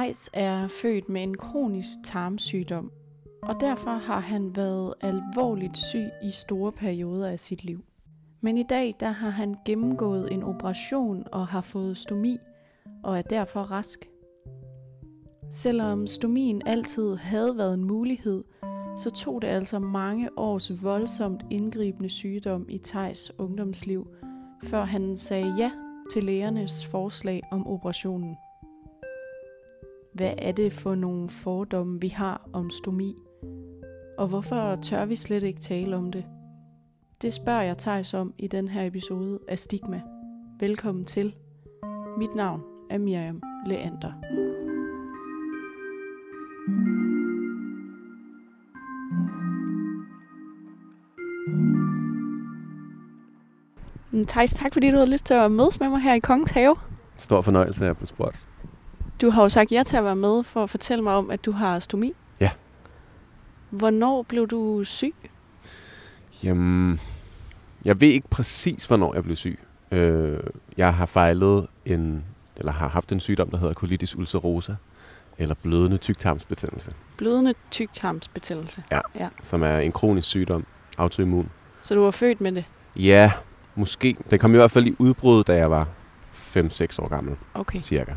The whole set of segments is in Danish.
Theis er født med en kronisk tarmsygdom, og derfor har han været alvorligt syg i store perioder af sit liv. Men i dag der har han gennemgået en operation og har fået stomi, og er derfor rask. Selvom stomien altid havde været en mulighed, så tog det altså mange års voldsomt indgribende sygdom i Theis ungdomsliv, før han sagde ja til lægernes forslag om operationen. Hvad er det for nogle fordomme, vi har om stomi? Og hvorfor tør vi slet ikke tale om det? Det spørger jeg Theis om i den her episode af Stigma. Velkommen til. Mit navn er Miriam Leander. Theis, tak fordi du havde lyst til at mødes med mig her i Kongens Have. Stor fornøjelse at blive spurgt. Du har jo sagt ja til at være med for at fortælle mig om, at du har stomi. Ja. Hvornår blev du syg? Jamen, jeg ved ikke præcis, hvornår jeg blev syg. Jeg har haft en sygdom, der hedder colitis ulcerosa, eller blødende tyktarmsbetændelse. Blødende tyktarmsbetændelse? Ja, som er en kronisk sygdom, autoimmun. Så du var født med det? Ja, måske. Den kom i hvert fald i udbrud, da jeg var 5-6 år gammel, cirka.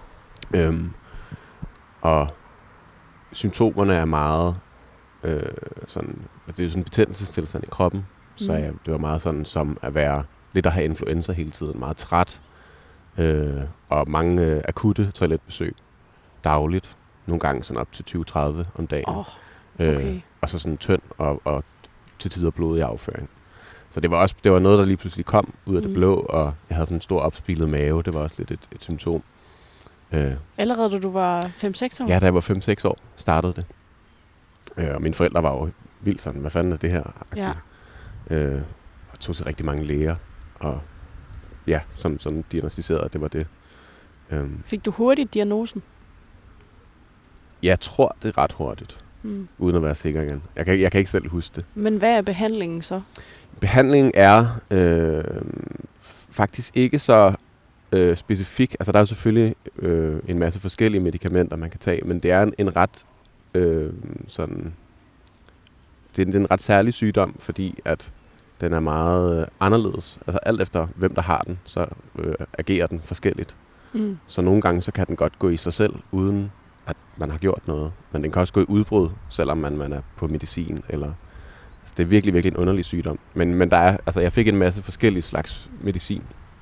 Og symptomerne er meget sådan, det er jo sådan en betændelsestilstand i kroppen, så det var meget sådan som at være lidt at have influenza hele tiden, meget træt, og mange akutte toiletbesøg dagligt, nogle gange sådan op til 20-30 om dagen. Og så sådan tynd og til tider blodig afføring. Så det var noget, der lige pludselig kom ud af det blå, og jeg havde sådan en stor opspillet mave. Det var også lidt et symptom. Allerede da du var 5-6 år? Ja, da jeg var 5-6 år startede det. Og mine forældre var jo vildt sådan, hvad fanden er det her? Ja. Og tog til rigtig mange læger, og ja, som diagnosticerede, at det var det. Fik du hurtigt diagnosen? Jeg tror, det er ret hurtigt, uden at være sikker igen. Jeg kan ikke selv huske det. Men hvad er behandlingen så? Behandlingen er faktisk ikke så specifik. Altså, der er jo selvfølgelig en masse forskellige medicamenter, man kan tage, men det er en ret det er en ret særlig sygdom, fordi at den er meget anderledes. Altså alt efter hvem der har den, så agerer den forskelligt. Så nogle gange så kan den godt gå i sig selv, uden at man har gjort noget. Men den kan også gå i udbrud, selvom man er på medicin. Altså, det er virkelig, virkelig en underlig sygdom. Men der er, altså jeg fik en masse forskellige slags medicin.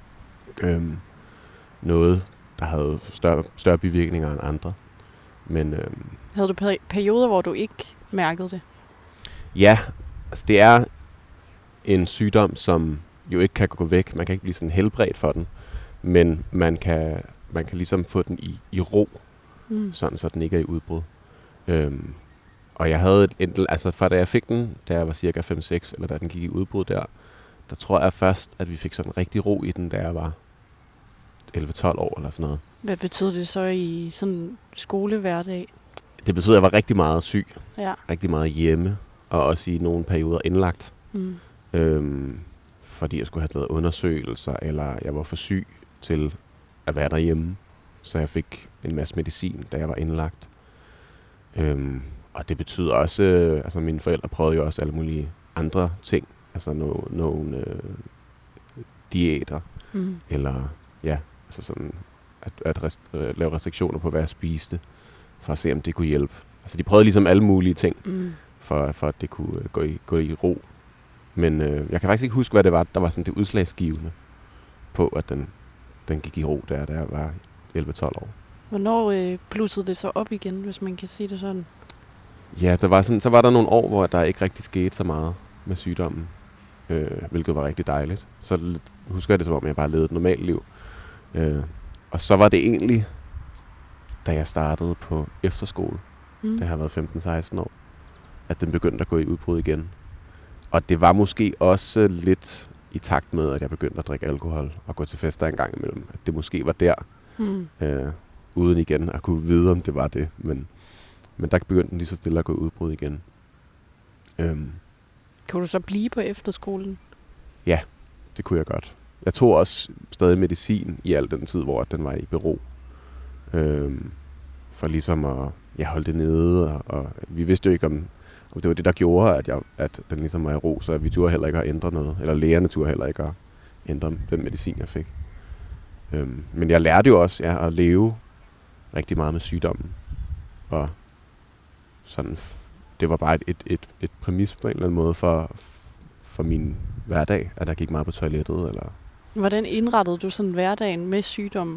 Noget, der havde større bivirkninger end andre. Men, havde du perioder, hvor du ikke mærkede det? Ja, altså det er en sygdom, som jo ikke kan gå væk. Man kan ikke blive sådan helbredt for den. Men man kan ligesom få den i ro, sådan så den ikke er i udbrud. Og jeg havde fra da jeg fik den, da jeg var cirka 5-6, eller da den gik i udbrud der tror jeg først, at vi fik sådan rigtig ro i den, da jeg var 11-12 år eller sådan noget. Hvad betød det så i sådan skolehverdag? Det betød, at jeg var rigtig meget syg. Ja. Rigtig meget hjemme, og også i nogle perioder indlagt. Fordi jeg skulle have lavet undersøgelser, eller jeg var for syg til at være derhjemme. Så jeg fik en masse medicin, da jeg var indlagt. Og det betyder også, altså mine forældre prøvede jo også alle mulige andre ting. Altså nogle diæter, eller ja, altså sådan at lave restriktioner på, hvad jeg spiste, for at se, om det kunne hjælpe. Altså de prøvede ligesom alle mulige ting, for at det kunne gå i ro. Men jeg kan faktisk ikke huske, hvad det var, der var sådan det udslagsgivende på, at den gik i ro, da jeg var 11-12 år. Hvornår blussede det så op igen, hvis man kan sige det sådan? Ja, så var der nogle år, hvor der ikke rigtig skete så meget med sygdommen, hvilket var rigtig dejligt. Så husker jeg det, som om jeg bare levede et normalt liv. Og så var det egentlig, da jeg startede på efterskole, da jeg været 15-16 år, at den begyndte at gå i udbrud igen. Og det var måske også lidt i takt med, at jeg begyndte at drikke alkohol og gå til fester en gang imellem. At det måske var der, uden igen at kunne vide, om det var det. Men der begyndte den lige så stille at gå i udbrud igen. Kunne du så blive på efterskolen? Ja, det kunne jeg godt. Jeg tog også stadig medicin i al den tid, hvor den var i bero. for ligesom at holde det nede. Og vi vidste jo ikke, om det var det, der gjorde, at den ligesom var i ro, så vi turde heller ikke at ændre noget. Eller lægerne turde heller ikke at ændre den medicin, jeg fik. Men jeg lærte jo også at leve rigtig meget med sygdommen. Og sådan, det var bare et præmis på en eller anden måde for min hverdag, at jeg gik meget på toilettet. Eller Hvordan indrettede du sådan hverdagen med sygdommen?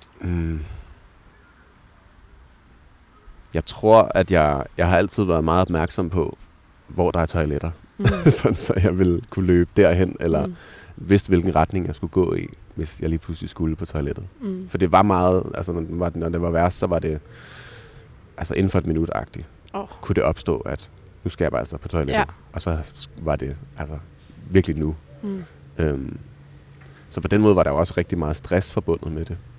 Jeg tror, at jeg har altid været meget opmærksom på, hvor der er toiletter. Sådan, så jeg ville kunne løbe derhen, eller vidste, hvilken retning jeg skulle gå i, hvis jeg lige pludselig skulle på toilettet. For det var meget, altså når det var værst, så var det altså inden for et minut-agtigt. Kunne det opstå, at nu skal jeg bare altså på toilettet. Ja. Og så var det altså virkelig nu. Så på den måde var der jo også rigtig meget stress forbundet med det.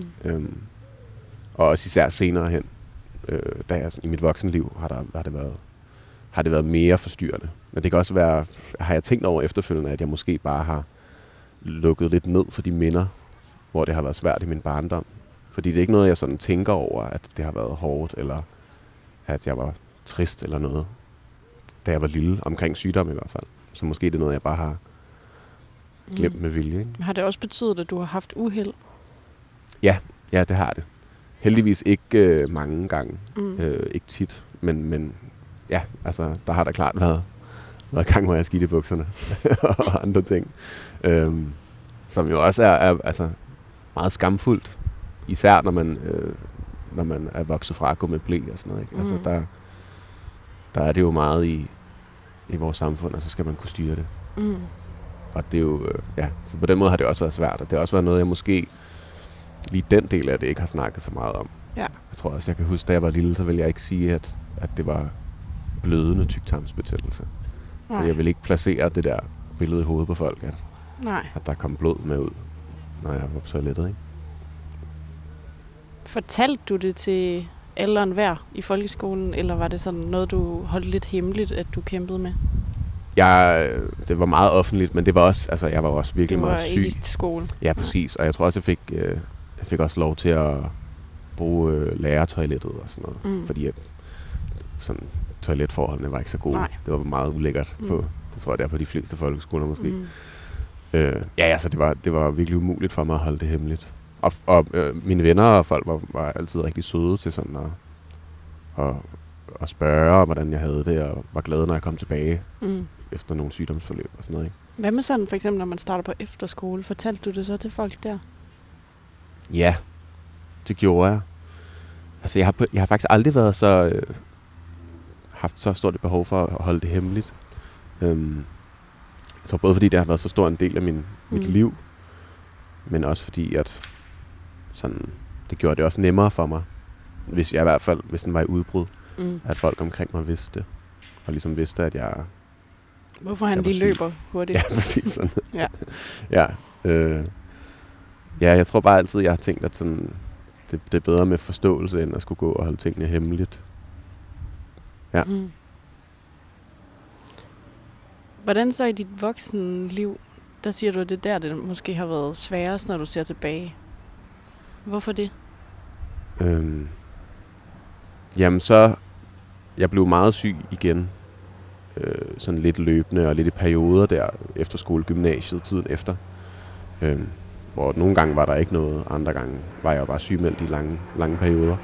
Og også især senere hen, da jeg i mit voksenliv har det været mere forstyrrende. Men det kan også være, har jeg tænkt over efterfølgende, at jeg måske bare har lukket lidt ned for de minder, hvor det har været svært i min barndom. Fordi det er ikke noget, jeg sådan tænker over, at det har været hårdt, eller at jeg var trist eller noget, da jeg var lille, omkring sygdom i hvert fald. Så måske det er noget, jeg bare har glemt med vilje. Ikke? Har det også betydet, at du har haft uheld? Ja, det har det. Heldigvis ikke mange gange. Ikke tit. Men ja, altså, der har der klart været gang, hvor jeg skidt i bukserne og andre ting. Som jo også er altså, meget skamfuldt. Især når man er vokset fra at gå med ble og sådan noget. Ikke? Altså, der er det jo meget i vores samfund, og så skal man kunne styre det. Og det er jo, så på den måde har det også været svært. Og det har også været noget, jeg måske lige den del af det ikke har snakket så meget om. Ja. Jeg tror også, jeg kan huske, da jeg var lille, så ville jeg ikke sige, at det var blødende tyktarmsbetændelse. For jeg ville ikke placere det der billede i hovedet på folk, at der kom blod med ud, når jeg var på toilettet. Ikke? Fortalte du det til alle og enhver i folkeskolen, eller var det sådan noget, du holdt lidt hemmeligt, at du kæmpede med? Det var meget offentligt, men det var også, altså jeg var også virkelig meget syg. Det var i skole. Ja, præcis. Og jeg tror også, jeg fik også lov til at bruge lærertoilettet og sådan noget. Fordi at sådan, toiletforholdene var ikke så gode. Nej. Det var meget ulækkert på, det tror jeg, det er på de fleste folkeskoler måske. Så det var virkelig umuligt for mig at holde det hemmeligt. Og mine venner og folk var altid rigtig søde til sådan at spørge, hvordan jeg havde det, og var glade, når jeg kom tilbage efter nogle sygdomsforløb og sådan noget. Ikke? Hvad med sådan, for eksempel, når man starter på efterskole? Fortalte du det så til folk der? Ja, det gjorde jeg. Altså, jeg har faktisk aldrig været så haft så stort et behov for at holde det hemmeligt. Så både fordi det har været så stor en del af mit liv, men også fordi, at sådan, det gjorde det også nemmere for mig, hvis den var i udbrud, at folk omkring mig vidste det. Og ligesom vidste, at jeg... Hvorfor han lige løber hurtigt. Ja, præcis sådan. Jeg tror bare altid, jeg har tænkt, at sådan, det er bedre med forståelse, end at skulle gå og holde tingene hemmeligt. Ja. Hvordan så i dit voksenliv, der siger du, at det der, det måske har været sværest, når du ser tilbage? Hvorfor det? Jamen så, jeg blev meget syg igen. Sådan lidt løbende og lidt i perioder der, efter skole, gymnasiet, tiden efter. Hvor nogle gange var der ikke noget, andre gange var jeg bare sygemeldt i lange perioder.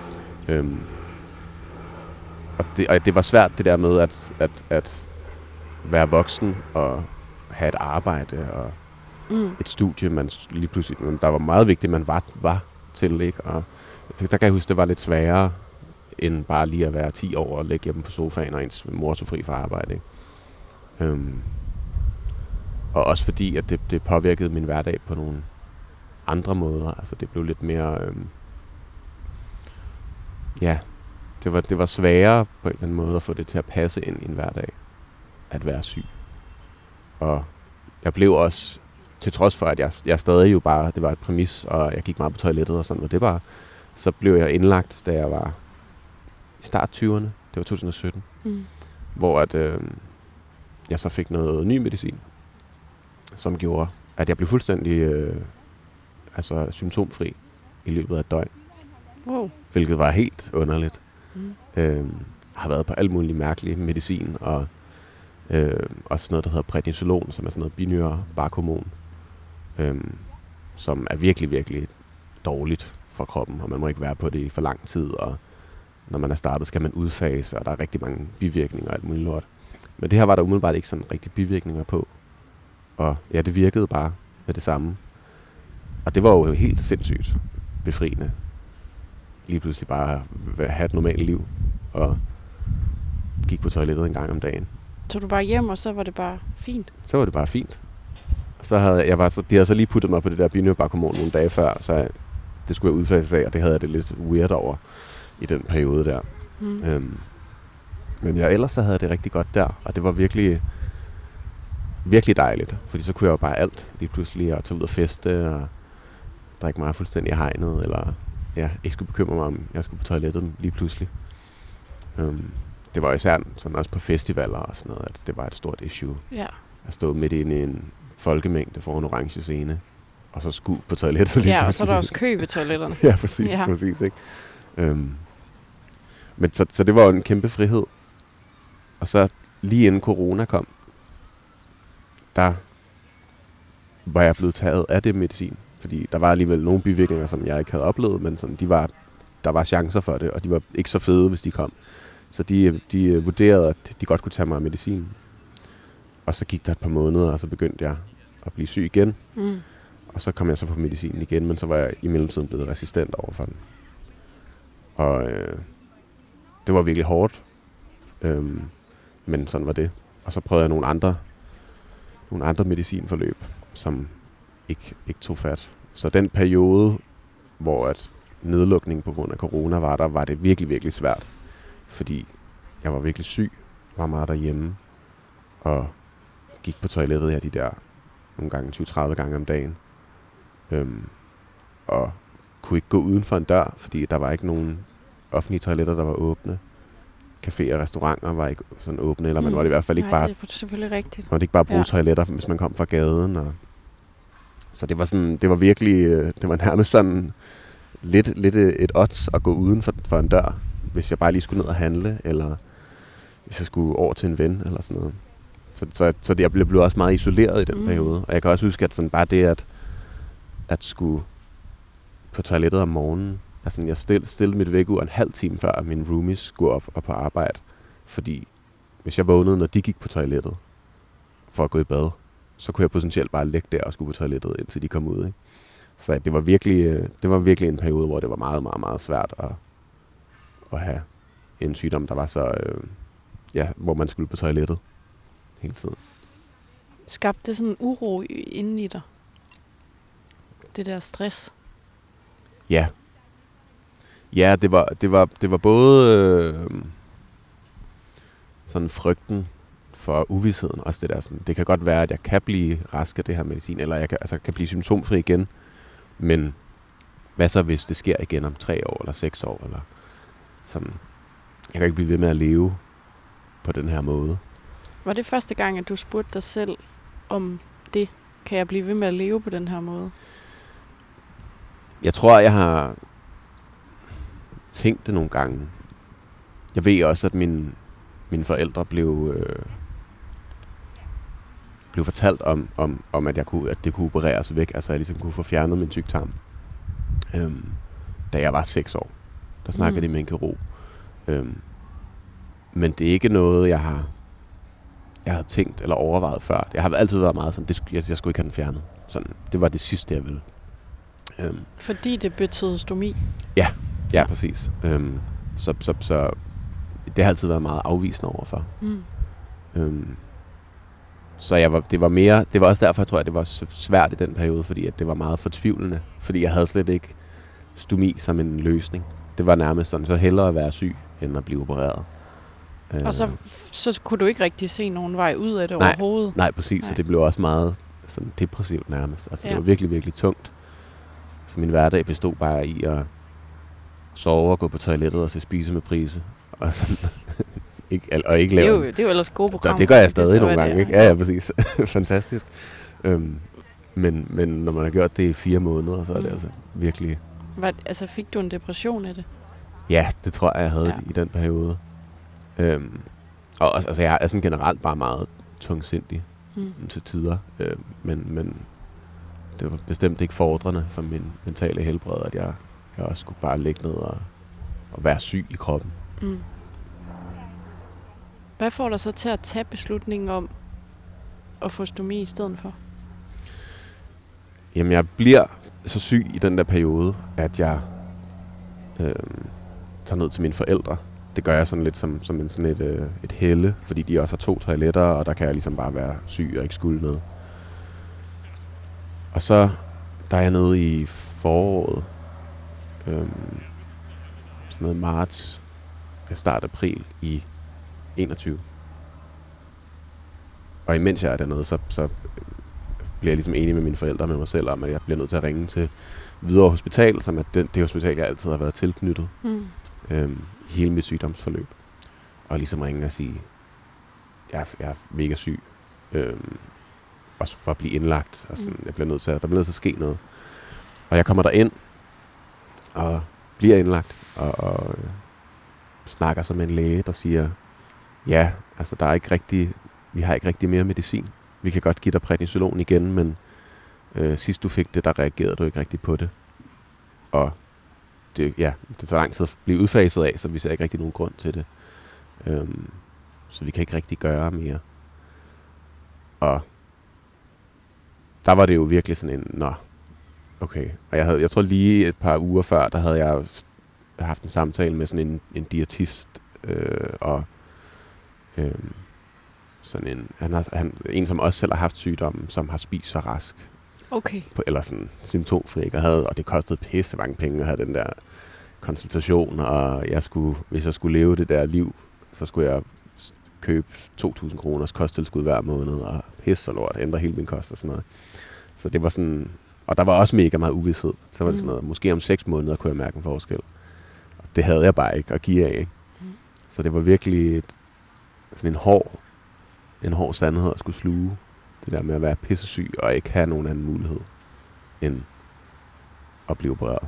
Og det var svært det der med at være voksen og have et arbejde og et studie, man lige pludselig, der var meget vigtigt, man var til, ikke? Og der kan jeg huske, det var lidt sværere end bare lige at være 10 år og ligge hjemme på sofaen, og ens mor så fri fra arbejde. Ikke? Og også fordi, at det påvirkede min hverdag på nogle andre måder. Altså det blev lidt mere... det var sværere på en eller anden måde at få det til at passe ind i en hverdag, at være syg. Og jeg blev også, til trods for, at jeg stadig jo bare, det var et præmis, og jeg gik meget på toilettet og sådan, og det var, så blev jeg indlagt, da jeg var i start 20'erne, det var 2017, hvor at, jeg så fik noget ny medicin, som gjorde, at jeg blev fuldstændig symptomfri i løbet af et døgn. Wow. Hvilket var helt underligt. Mm. Har været på alt muligt mærkelig medicin, og også noget, der hedder prednisolon, som er sådan noget binyrbarkhormon, som er virkelig, virkelig dårligt for kroppen, og man må ikke være på det i for lang tid, og når man er startet, skal man udfase, og der er rigtig mange bivirkninger og alt muligt lort. Men det her var der umiddelbart ikke sådan rigtig bivirkninger på, og ja, det virkede bare med det samme. Og det var jo helt sindssygt befriende. Lige pludselig bare at have et normalt liv, og gik på toilettet en gang om dagen. Så du bare hjem, og så var det bare fint? Så var det bare fint. Så havde de havde så lige puttet mig på det der binyrbarkhormon nogle dage før, så det skulle jeg udfase af, og det havde jeg det lidt weird over i den periode der. Men ellers så havde jeg det rigtig godt der, og det var virkelig, virkelig dejligt, fordi så kunne jeg jo bare alt lige pludselig, og tage ud og feste, og drikke mig fuldstændig i hegnet, eller ikke skulle bekymre mig om, jeg skulle på toilettet lige pludselig. Det var især sådan også på festivaler og sådan noget, at det var et stort issue. Ja. At stå midt inde i en folkemængde foran en orange scene, og så skulle på toilettet lige Ja, og så er der også kø ved toiletterne. Ja, præcis, ikke? Men så det var jo en kæmpe frihed. Og så lige inden corona kom, der var jeg blevet taget af det medicin. Fordi der var alligevel nogle bivirkninger, som jeg ikke havde oplevet, men sådan, der var chancer for det, og de var ikke så fede, hvis de kom. Så de vurderede, at de godt kunne tage mig af medicin. Og så gik der et par måneder, og så begyndte jeg at blive syg igen. Og så kom jeg så på medicinen igen, men så var jeg i mellemtiden blevet resistent overfor den. Og det var virkelig hårdt. Men sådan var det. Og så prøvede jeg nogle andre medicinforløb, som ikke tog fat. Så den periode, hvor at nedlukningen på grund af corona var det virkelig, virkelig svært. Fordi jeg var virkelig syg, var meget derhjemme, og gik på toilettet de der nogle gange 20-30 gange om dagen. Og kunne ikke gå uden for en dør, fordi der var ikke nogen offentlige toiletter, der var åbne. Caféer og restauranter var ikke sådan åbne, eller man var det i hvert fald ikke bare... det er selvfølgelig rigtigt. Man måtte ikke bare bruge toiletter, hvis man kom fra gaden. Så det var sådan, det var virkelig, det var nærmest sådan lidt et odds at gå uden for en dør, hvis jeg bare lige skulle ned og handle, eller hvis jeg skulle over til en ven, eller sådan noget. Så jeg blev også meget isoleret i den periode. Og jeg kan også huske, at sådan bare det, at skulle på toilettet om morgenen, altså jeg stillede mit vækkeur en halv time før mine roomies skulle op og på arbejde. Fordi hvis jeg vågnede, når de gik på toilettet for at gå i bad, så kunne jeg potentielt bare ligge der og skulle på toilettet, indtil de kom ud. Ikke? Så det var virkelig en periode, hvor det var meget, meget, meget svært at have en sygdom, der var så, hvor man skulle på toilettet hele tiden. Skabte det sådan en uro inden i dig? Det der stress? Ja. Ja, det var både sådan frygten for uvisheden, også det der sådan, det kan godt være, at jeg kan blive rask af det her medicin, eller jeg kan blive symptomfri igen, men hvad så, hvis det sker igen om 3 år, eller 6 år, eller sådan, jeg kan ikke blive ved med at leve på den her måde. Var det første gang, at du spurgte dig selv om det? Kan jeg blive ved med at leve på den her måde? Jeg tror, jeg har tænkt det nogle gange. Jeg ved også, at mine forældre blev fortalt om at det kunne opereres væk. Altså, jeg ligesom kunne få fjernet min tyktarm. Da jeg var 6 år. Der snakkede de med en kirurg. Men det er ikke noget, jeg har tænkt eller overvejet før. Jeg har altid været meget sådan, jeg skulle ikke have den fjernet. Sådan, det var det sidste, jeg ville. Fordi det betød stomi? Ja, præcis. Så det har altid været meget afvisende overfor. Så det var også derfor, jeg tror, at det var så svært i den periode, fordi at det var meget fortvivlende. Fordi jeg havde slet ikke stomi som en løsning. Det var nærmest sådan, så hellere at være syg, end at blive opereret. Og så kunne du ikke rigtig se nogen vej ud af det overhovedet? Nej, præcis. Så det blev også meget sådan depressivt nærmest. Altså det var virkelig, virkelig tungt. Så min hverdag bestod bare i at sove og gå på toilettet og se Spise med Price. Og sådan, ikke lave... Det er jo ellers gode programmer. Det gør jeg stadig nogle gange, ikke? Ja, præcis. Fantastisk. Men når man har gjort det i 4 måneder, så er det altså virkelig Fik du en depression af det? Ja, det tror jeg havde i den periode. Og altså, jeg er sådan generelt bare meget tungsindig til tider. Men det var bestemt ikke fordrende for min mentale helbred, at jeg også skulle bare ligge ned og være syg i kroppen. Mm. Hvad får dig så til at tage beslutningen om at få stomi i stedet for? Jamen, jeg bliver så syg i den der periode, at jeg tager ned til mine forældre. Det gør jeg sådan lidt som et helle, fordi de også har 2 toiletter, og der kan jeg ligesom bare være syg og ikke skulle noget. Og så, der er jeg nede i foråret, sådan noget marts, start april i 21. Og imens jeg er dernede, så bliver jeg ligesom enig med mine forældre og med mig selv om, at jeg bliver nødt til at ringe til Hvidovre Hospital, som er det hospital, jeg altid har været tilknyttet hele mit sygdomsforløb. Og ligesom ringe og sige, jeg er mega syg. Også for at blive indlagt. Og sådan, der bliver nødt til at ske noget. Og jeg kommer derind og bliver indlagt og snakker som en læge, der siger, ja, altså vi har ikke rigtig mere medicin. Vi kan godt give dig prednisolon igen, men sidst du fik det, der reagerede du ikke rigtig på det. Og det tager lang tid at blive udfaset af, så vi ser ikke rigtig nogen grund til det. Så vi kan ikke rigtig gøre mere. Og der var det jo virkelig sådan okay. Og jeg tror lige et par uger før, der havde jeg haft en samtale med sådan en diætist, sådan en, som også selv har haft sygdommen, som har spist så rask. Okay. Eller sådan symptomfri, ikke havde, og det kostede pisse mange penge at have den der konsultation, og hvis jeg skulle leve det der liv, så skulle jeg købe 2.000 kroners kosttilskud hver måned, og pisse og lort, ændre hele min kost og sådan noget. Så det var sådan, og der var også mega meget uvished. Så var det sådan noget, måske om 6 måneder kunne jeg mærke en forskel. Og det havde jeg bare ikke at give af, ikke? Så det var virkelig sådan en hård sandhed at skulle sluge. Det der med at være pissesyg og ikke have nogen anden mulighed end at blive opereret.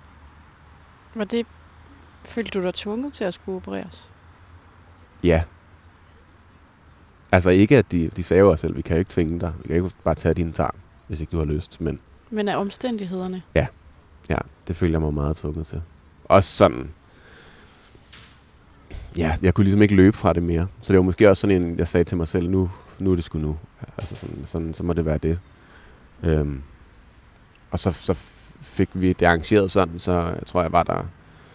Følte du dig tvunget til at skulle opereres? Ja. Altså ikke, at de sagde jo selv, vi kan ikke tvinge dig. Vi kan ikke bare tage din tarm, hvis ikke du har lyst. Men af omstændighederne? Ja, det følte jeg mig meget tvunget til. Også sådan, ja, jeg kunne ligesom ikke løbe fra det mere. Så det var måske også sådan en, jeg sagde til mig selv, nu er det sgu nu. Altså sådan, så må det være det. Og så fik vi det arrangeret sådan, så jeg tror, jeg var der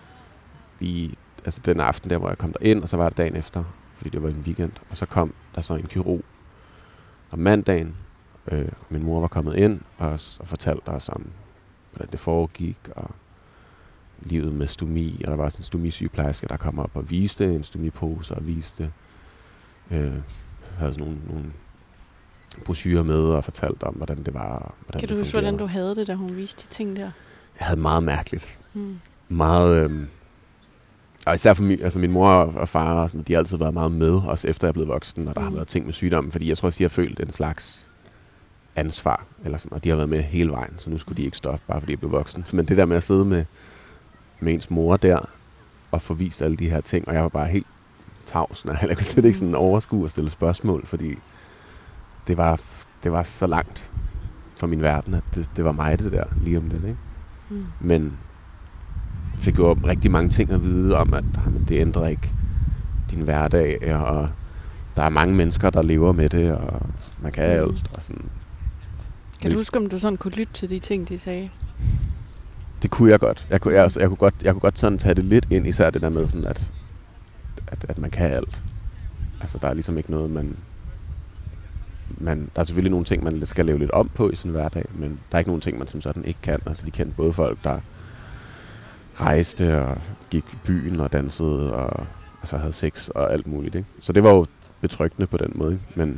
den aften der, hvor jeg kom der ind, og så var det dagen efter, fordi det var en weekend. Og så kom der så en kirurg om mandagen. Min mor var kommet ind og fortalte os om, hvordan det foregik, og livet med stomi. Og der var sådan en stomisygeplejerske, der kom op og viste en stomipose og viste, havde sådan nogle brochurer med og fortalte om, hvordan det var. Kan du huske, hvordan du havde det, da hun viste de ting der? Jeg havde meget mærkeligt. Meget. Og især for min mor og far, og sådan, de har altid været meget med, også efter jeg er blevet voksen, når der har været ting med sygdommen, fordi jeg tror også, de har følt en slags ansvar, eller sådan, og de har været med hele vejen, så nu skulle de ikke stoppe, bare fordi jeg blev voksen. Men det der med at sidde med ens mor der, og få vist alle de her ting, og jeg var bare helt tavs, og jeg kunne slet ikke sådan overskue og stille spørgsmål, fordi det var så langt fra min verden, at det var mig det der, lige om det, ikke? Men fik jo rigtig mange ting at vide om, at det ændrer ikke din hverdag, og der er mange mennesker, der lever med det, og man kan alt, og sådan. Kan du huske, om du sådan kunne lytte til de ting, de sagde? Det kunne jeg godt. Jeg kunne godt sådan tage det lidt ind, især det der med, sådan at man kan alt. Altså, der er ligesom ikke noget, der er selvfølgelig nogle ting, man skal lave lidt om på i sin hverdag, men der er ikke nogen ting, man som sådan ikke kan. Altså, de kendte både folk, der rejste og gik i byen og dansede og så havde sex og alt muligt, ikke? Så det var jo betryggende på den måde, ikke?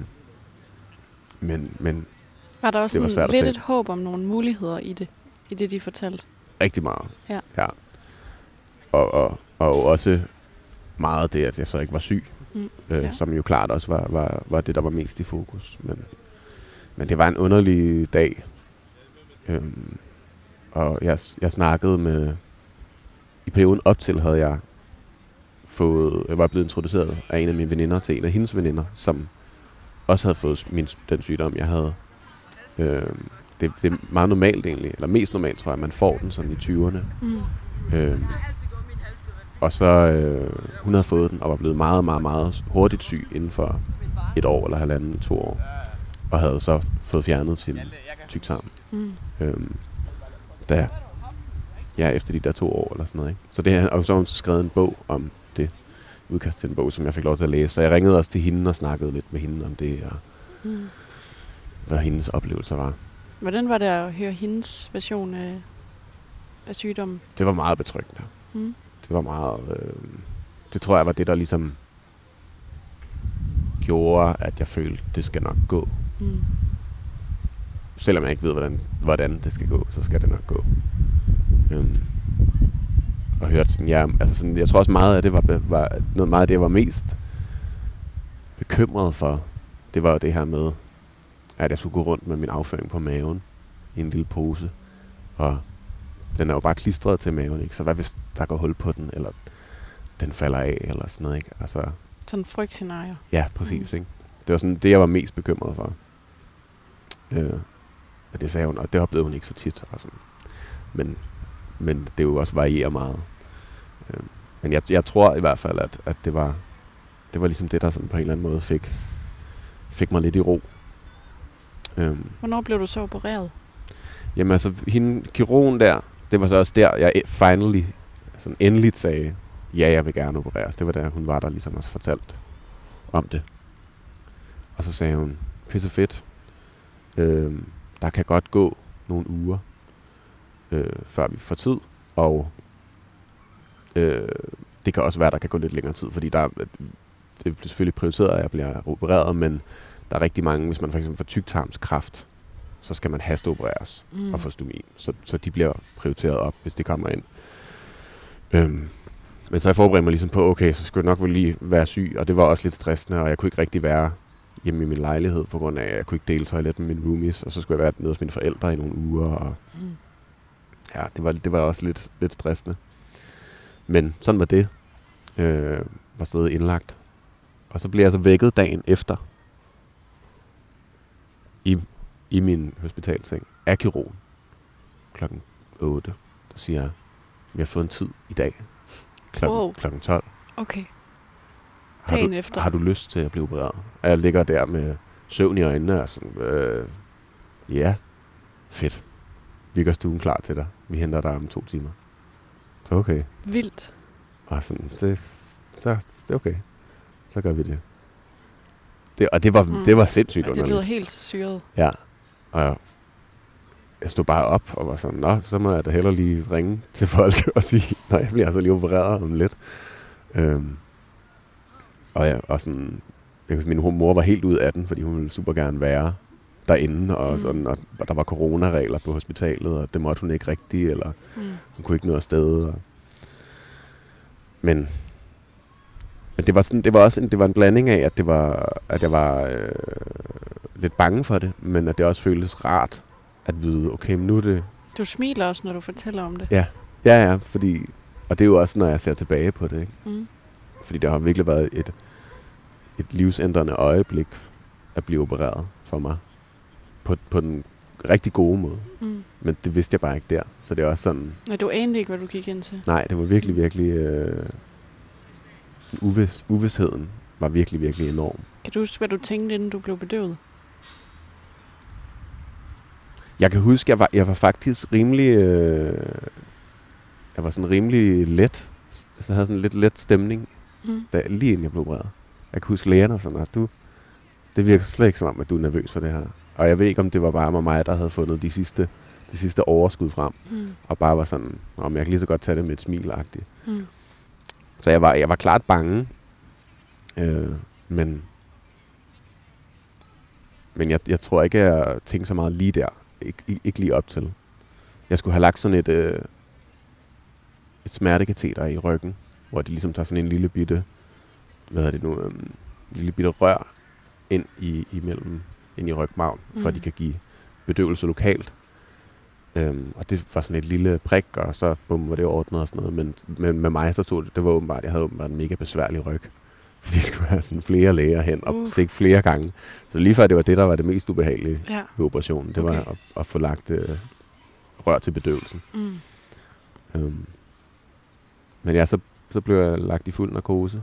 Men var der også sådan lidt et håb om nogle muligheder i det, de fortalte? Rigtig meget. Ja. Og også meget det, at jeg så ikke var syg, som jo klart også var det, der var mest i fokus. Men det var en underlig dag. Og jeg snakkede med... I perioden op til havde jeg var blevet introduceret af en af mine veninder til en af hendes veninder, som også havde fået den sygdom, jeg havde. Det er meget normalt egentlig, eller mest normalt tror jeg, at man får den sådan i 20'erne. Og så hun havde fået den og var blevet meget, meget, meget hurtigt syg inden for 1 år eller 1,5-2 år. Og havde så fået fjernet sin tyktarm. Efter de der 2 år eller sådan noget. Ikke? Så det, og så har hun skrevet en bog om det, udkast til en bog, som jeg fik lov til at læse. Så jeg ringede også til hende og snakkede lidt med hende om det, og hvad hendes oplevelser var. Hvordan var det at høre hendes version af sygdommen? Det var meget betryggende. Det var meget... det tror jeg var det, der ligesom gjorde, at jeg følte, det skal nok gå. Selvom jeg ikke ved, hvordan det skal gå, så skal det nok gå. Og hørte sådan, jeg tror også meget af det var noget meget af det, jeg var mest bekymret for. Det var jo det her med, at jeg skulle gå rundt med min afføring på maven i en lille pose. Og den er jo bare klistret til maven, ikke? Så hvad hvis der går hul på den, eller den falder af, eller sådan noget, ikke? Altså, sådan en frygtscenarie. Ja, præcis, ikke? Det var sådan det, jeg var mest bekymret for. Og det sagde hun, og det oplevede hun ikke så tit. Og sådan. Men det jo også varierer meget. Men jeg tror i hvert fald, at det var ligesom det, der sådan på en eller anden måde fik mig lidt i ro. Hvornår blev du så opereret? Jamen altså, kirurgen der, det var så også der, jeg finally, sådan endeligt sagde, ja, jeg vil gerne opereres. Det var der, hun var der ligesom også fortalt om det. Og så sagde hun, pisse fedt. Der kan godt gå nogle uger, før vi får tid, og det kan også være, der kan gå lidt længere tid, fordi det bliver selvfølgelig prioriteret, at jeg bliver opereret, men der er rigtig mange, hvis man for eksempel får tyktarmskræft, så skal man hasteopereres og få stomi. Så de bliver prioriteret op, hvis det kommer ind. Men så jeg forberedte mig ligesom på, okay, så skulle jeg nok vel lige være syg, og det var også lidt stressende, og jeg kunne ikke rigtig være hjemme i min lejlighed, på grund af, at jeg kunne ikke dele toilet med mine roomies, og så skulle jeg være nede hos mine forældre i nogle uger, og ja, det var også lidt stressende. Men sådan var det. Var stadig indlagt. Og så blev jeg så vækket dagen efter i min hospitalseng af kirurgen klokken 8. Der siger jeg, vi har fået en tid i dag. Klokken 12. Okay. Dagen efter. Har du lyst til at blive opereret? Og jeg ligger der med søvn i øjnene og sådan, ja, fedt. Vi gør stuen klar til dig. Vi henter dig om 2 timer. Så okay. Vildt. Og sådan, det okay. Så gør vi det. Det var sindssygt underligt. Det lyder helt syret. Ja. Og jeg stod bare op og var sådan, nå, så må jeg da hellere lige ringe til folk og sige, nej, jeg bliver altså lige opereret om lidt. Og sådan, min mor var helt ud af den, fordi hun ville super gerne være derinde, og sådan, og der var coronaregler på hospitalet, og det måtte hun ikke rigtigt, eller hun kunne ikke nå afsted. Men det var sådan, det var en blanding af, at jeg var lidt bange for det, men at det også føltes rart at vide, okay, men nu er det... Du smiler også, når du fortæller om det. Ja, fordi... Og det er jo også, når jeg ser tilbage på det, ikke? Fordi det har virkelig været et livsændrende øjeblik at blive opereret for mig. På den rigtig gode måde. Men det vidste jeg bare ikke der. Så det er også sådan... Nej, du anede ikke, hvad du gik ind til. Nej, det var virkelig, virkelig... uvidsheden var virkelig, virkelig enorm. Kan du huske, hvad du tænkte, inden du blev bedøvet? Jeg kan huske, jeg var faktisk rimelig... jeg var sådan rimelig let. Så jeg havde sådan lidt let stemning, lige inden jeg blev opereret. Jeg kan huske lægerne og sådan, at det virker slet ikke som om, at du er nervøs for det her. Og jeg ved ikke, om det var bare mig, der havde fundet de sidste overskud frem. Og bare var sådan, om jeg kan lige så godt tage det med et smil-agtigt. Så jeg var klart bange. Men jeg tror ikke, jeg tænkte så meget lige der. Ikke lige op til. Jeg skulle have lagt sådan et smertekateter i ryggen, hvor de ligesom tager sådan en lille bitte, lille bitte rør ind i rygmarven, for at de kan give bedøvelse lokalt. Og det var sådan et lille prik, og så var det ordnet og sådan noget. Men med mig, så tog det var åbenbart, jeg havde åbenbart en mega besværlig ryg. Så de skulle have sådan flere læger hen og stikke flere gange. Så lige før det var det, der var det mest ubehagelige ved operationen. Det var at få lagt rør til bedøvelsen. Men ja, så blev jeg lagt i fuld narkose.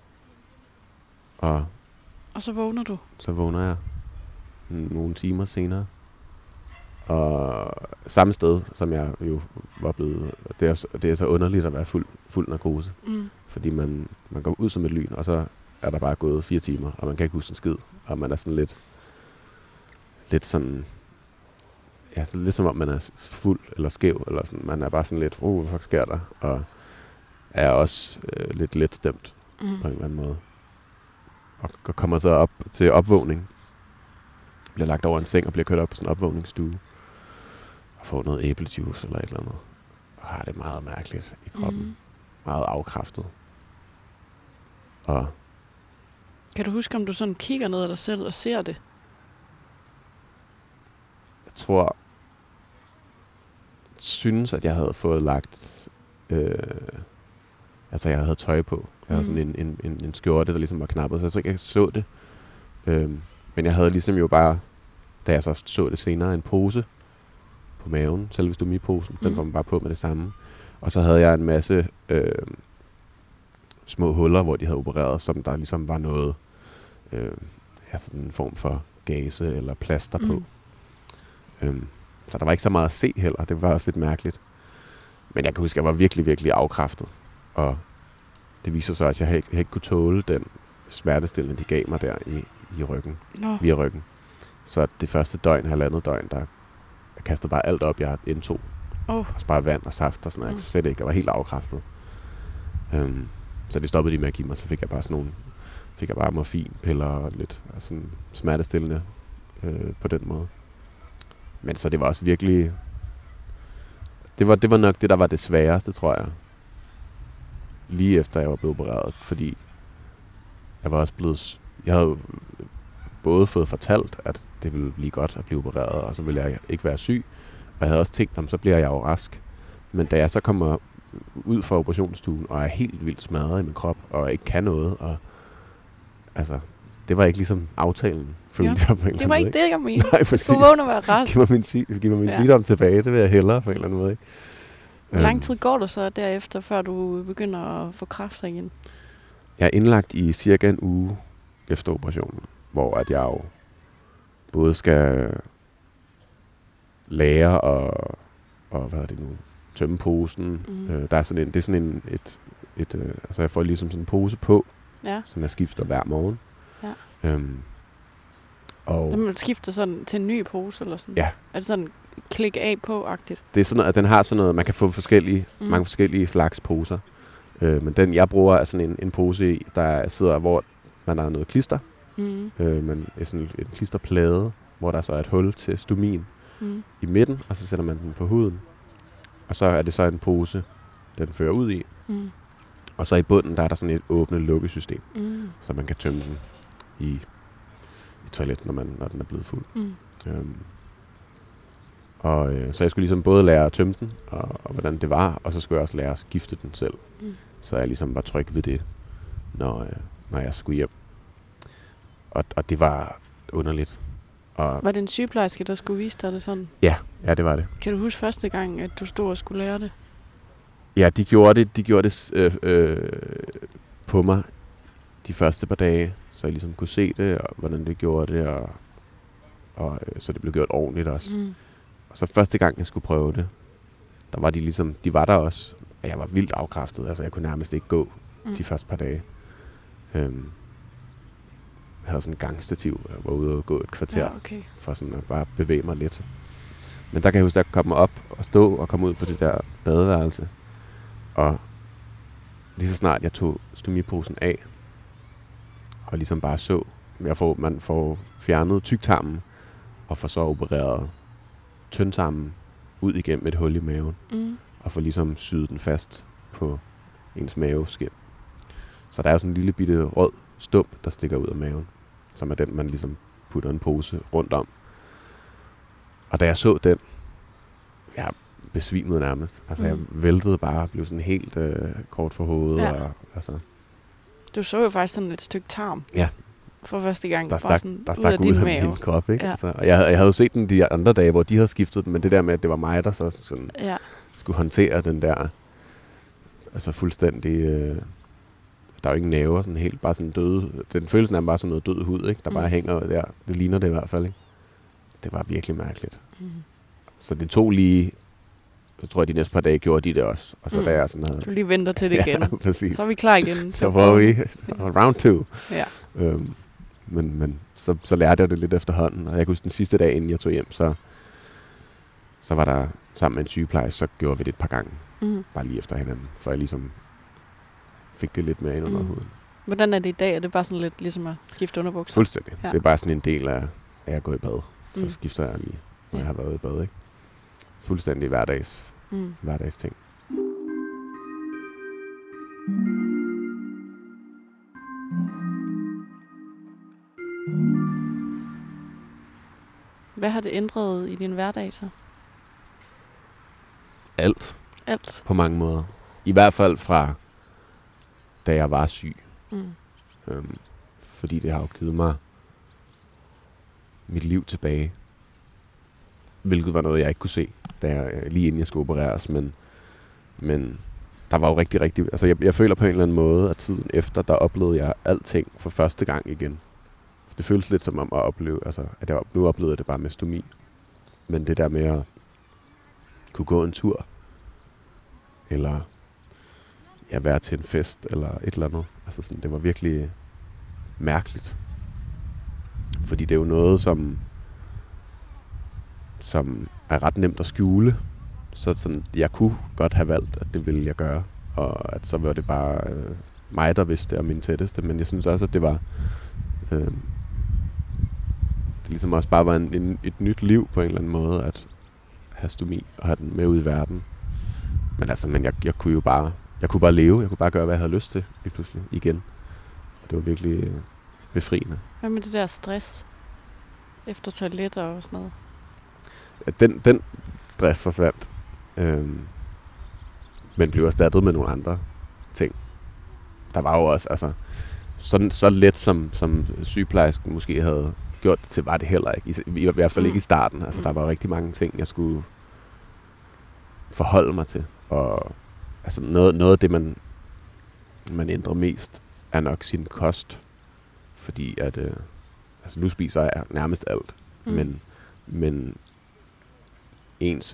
Og så vågner du? Så vågner jeg nogle timer senere. Og samme sted, som jeg jo var blevet. Det er så underligt at være fuld narkose. Fordi man går ud som et lyn, og så er der bare gået 4 timer, og man kan ikke huske en skid. Og man er sådan lidt sådan... Ja, så lidt som om man er fuld eller skæv, eller sådan. Man er bare sådan lidt, hvad sker der? Og er også lidt letstemt på en eller anden måde. Og kommer så op til opvågning. Bliver lagt over en seng og bliver kørt op på sådan en opvågningsstue. Og får noget æblejuice eller et eller andet. Og har det meget mærkeligt i kroppen. Meget afkræftet. Og kan du huske, om du sådan kigger ned ad dig selv og ser det? Jeg tror, synes, at jeg havde fået lagt... altså, jeg havde tøj på. Jeg havde sådan en skjorte, der ligesom var knappet, så jeg tror ikke, jeg så det. Men jeg havde ligesom jo bare, da jeg så det senere, en pose på maven, selvestomiposen. Den får man bare på med det samme. Og så havde jeg en masse små huller, hvor de havde opereret, som der ligesom var noget, sådan en form for gase eller plaster på. Så der var ikke så meget at se heller. Det var også lidt mærkeligt. Men jeg kan huske, at jeg var virkelig, virkelig afkræftet. Og det viser sig, at jeg ikke kunne tåle den smertestillende, de gav mig der i ryggen. Via ryggen. Så det første halvandet døgn, der jeg kastede bare alt op, jeg indtog. Altså bare vand og saft og sådan noget. Jeg slet ikke. Jeg var helt afkræftet. Så det stoppede de med at give mig. Så fik jeg bare morfinpiller og lidt sådan smertestillende på den måde. Men så det var også virkelig... Det var nok det, der var det sværeste, tror jeg. Lige efter jeg var blevet opereret. Fordi jeg var også blevet... Jeg havde både fået fortalt, at det ville blive godt at blive opereret, og så ville jeg ikke være syg. Og jeg havde også tænkt, så bliver jeg jo rask. Men da jeg så kommer ud fra operationsstuen, og er helt vildt smadret i min krop, og ikke kan noget, og altså... Det var ikke ligesom aftalen. Det var ikke det, jeg mente. Nej, præcis. Du vågner at være rask. Giv mig min sygdom tilbage. Det vil jeg hellere på en eller anden måde. Ikke? Hvor lang tid går du så derefter, før du begynder at få kræfter igen? Jeg er indlagt i cirka en uge efter operationen, hvor at jeg jo både skal lære og hvad er det nu, tømme posen. Der er sådan altså jeg får ligesom sådan en pose på, som jeg skifter hver morgen. Og man skifter sådan til en ny pose eller sådan? Ja. Er det sådan klik af på-agtigt? Det er sådan noget, at den har sådan noget, man kan få mange forskellige slags poser. Men den jeg bruger er sådan en pose i, der sidder, hvor man har noget klister. Men sådan en klisterplade, hvor der så er et hul til stomin i midten, og så sætter man den på huden. Og så er det så en pose, den fører ud i. Og så i bunden, der er der sådan et åbne lukkesystem, så man kan tømme den i toilet, når den er blevet fuld. Så jeg skulle ligesom både lære at tømme den, og hvordan det var, og så skulle jeg også lære at skifte den selv. Så jeg ligesom var tryg ved det, når jeg skulle hjem. Og det var underligt. Og var det en sygeplejerske, der skulle vise dig det sådan? Ja, det var det. Kan du huske første gang, at du stod og skulle lære det? Ja, de gjorde det på mig de første par dage, så jeg ligesom kunne se det, og hvordan det gjorde det, og så det blev gjort ordentligt også. Og så første gang, jeg skulle prøve det, der var de var der også, og jeg var vildt afkræftet, altså jeg kunne nærmest ikke gå de første par dage. Jeg havde sådan en gangstativ, jeg var ude og gå et kvarter, for sådan at bare bevæge mig lidt. Men der kan jeg huske, at jeg kom op og stå og komme ud på det der badeværelse, og lige så snart jeg tog stomiposen af, og ligesom bare så, man får fjernet tyktarmen, og får så opereret tyndtarmen ud igennem et hul i maven, og får ligesom syet den fast på ens maveskin. Så der er sådan en lille bitte rød stump, der stikker ud af maven, som er den, man ligesom putter en pose rundt om. Og da jeg så den, jeg besvimede nærmest. Altså, jeg væltede bare og blev sådan helt kort for hovedet. Ja. Og, altså, Du så jo faktisk sådan et stykke tarm. Ja. For første gang. Der stak ud af min krop, ikke? Ja. Altså, og jeg havde jo set den de andre dage, hvor de havde skiftet den, men det der med, at det var mig, der så sådan skulle håndtere den der, altså fuldstændig, der er jo ingen nerver, sådan helt bare sådan døde. Den følelsen er bare sådan noget død hud, ikke? Der bare hænger der. Det ligner det i hvert fald, ikke? Det var virkelig mærkeligt. Så det tog lige, jeg tror, de næste par dage gjorde de det også. Og så da jeg sådan havde... Du lige venter til det igen. Ja, præcis. Så er vi klar igen. Så får vi round 2. Ja. Men så lærte jeg det lidt efterhånden. Og jeg kunne huske den sidste dag, inden jeg tog hjem, så var der sammen med en sygeplejerske, så gjorde vi det et par gange. Bare lige efter hinanden. For jeg ligesom fik det lidt mere ind under huden. Hvordan er det i dag? Er det bare sådan lidt ligesom at skifte underbukser? Fuldstændig. Ja. Det er bare sådan en del af at gå i bad. Så skifter jeg lige, når jeg har været i bad, ikke? Fuldstændig hverdags ting. Hvad har det ændret i din hverdag så? Alt. Alt? På mange måder. I hvert fald fra, da jeg var syg. Fordi det har jo givet mig mit liv tilbage. Hvilket var noget, jeg ikke kunne se, lige inden jeg skulle opereres. Men der var jo rigtig... Altså jeg føler på en eller anden måde, at tiden efter, der oplevede jeg alting for første gang igen. Det føles lidt som om at opleve, altså at jeg nu oplevede det bare med stomi. Men det der med at kunne gå en tur, eller være til en fest, eller et eller andet. Altså sådan, det var virkelig mærkeligt. Fordi det er jo noget, som er ret nemt at skjule. Så sådan, jeg kunne godt have valgt, at det ville jeg gøre. Og at så var det bare mig, der vidste det, og min tætteste. Men jeg synes også, at det var... det ligesom også bare var et nyt liv på en eller anden måde, at have stomi og have den med ud i verden. Men jeg kunne jo bare... Jeg kunne bare leve. Jeg kunne bare gøre, hvad jeg havde lyst til lige pludselig igen. Og det var virkelig befriende. Hvad med det der stress? Efter toiletter og sådan noget? Den stress forsvandt. Men blev erstattet med nogle andre ting. Der var jo også, altså, sådan, så let som sygeplejersken måske havde gjort det til, var det heller ikke. I hvert fald ikke i starten. Altså, der var rigtig mange ting, jeg skulle forholde mig til. Og altså, noget af det, man ændrer mest, er nok sin kost. Fordi at, altså, nu spiser jeg nærmest alt. Men ens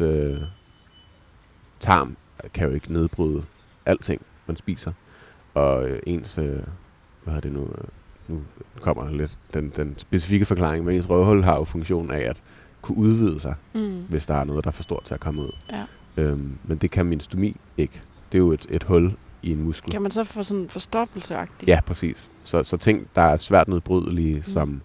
tarm kan jo ikke nedbryde alting, man spiser. Og ens, hvad er det nu? Nu kommer der lidt den specifikke forklaring, men ens røvhul har jo funktionen af at kunne udvide sig, hvis der er noget, der er for stort til at komme ud. Ja. Men det kan min stomi ikke. Det er jo et hul i en muskel. Kan man så få sådan forstoppelseagtigt? Ja, præcis. Så ting, der er svært nedbrydelige, som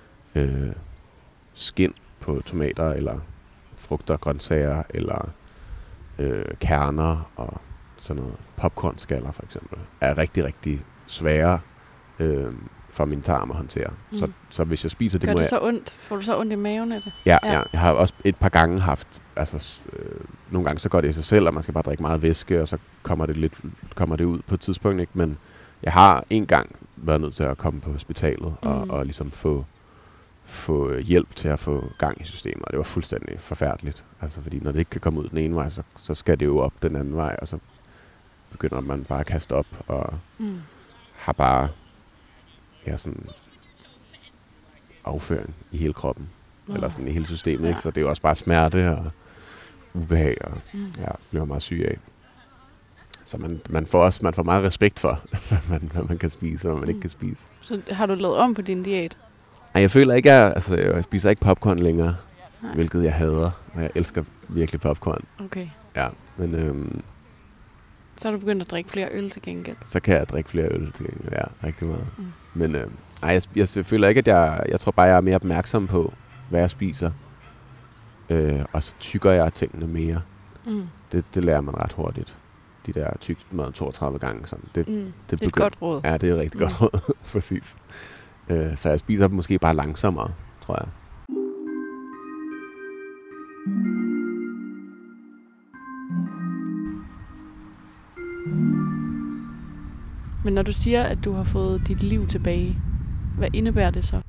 skind på tomater, eller frugter, grøntsager, eller kerner og sådan noget. Popcornskaller for eksempel er rigtig, rigtig svære for min tarm at håndtere. Så hvis jeg spiser det, gør det så ondt? Får du så ondt i maven af det? Ja. Jeg har også et par gange haft, altså nogle gange så går det i sig selv, og man skal bare drikke meget væske, og så kommer det ud på et tidspunkt, ikke? Men jeg har en gang været nødt til at komme på hospitalet og ligesom få hjælp til at få gang i systemet, og det var fuldstændig forfærdeligt. Altså fordi når det ikke kan komme ud den ene vej, så skal det jo op den anden vej, og så begynder man bare at kaste op, og har bare sådan afføring i hele kroppen, eller sådan i hele systemet, ikke? Så det er jo også bare smerte og ubehag, og bliver meget syg af. Så man får meget respekt for, hvad man kan spise, og hvad man ikke kan spise. Så har du lavet om på din diæt? Nej, jeg føler ikke, jeg spiser ikke popcorn længere, hvilket jeg hader, og jeg elsker virkelig popcorn. Okay. Ja, men... så har du begyndt at drikke flere øl til gengæld? Så kan jeg drikke flere øl til gengæld, ja, rigtig meget. Men jeg føler ikke, at jeg tror bare, jeg er mere opmærksom på, hvad jeg spiser. Og så tykker jeg tingene mere. Det lærer man ret hurtigt. De der tykmad 32 gange. Sådan. Det er et godt råd. Ja, det er et rigtig godt råd, præcis. Så jeg spiser måske bare langsommere, tror jeg. Men når du siger, at du har fået dit liv tilbage, hvad indebærer det så?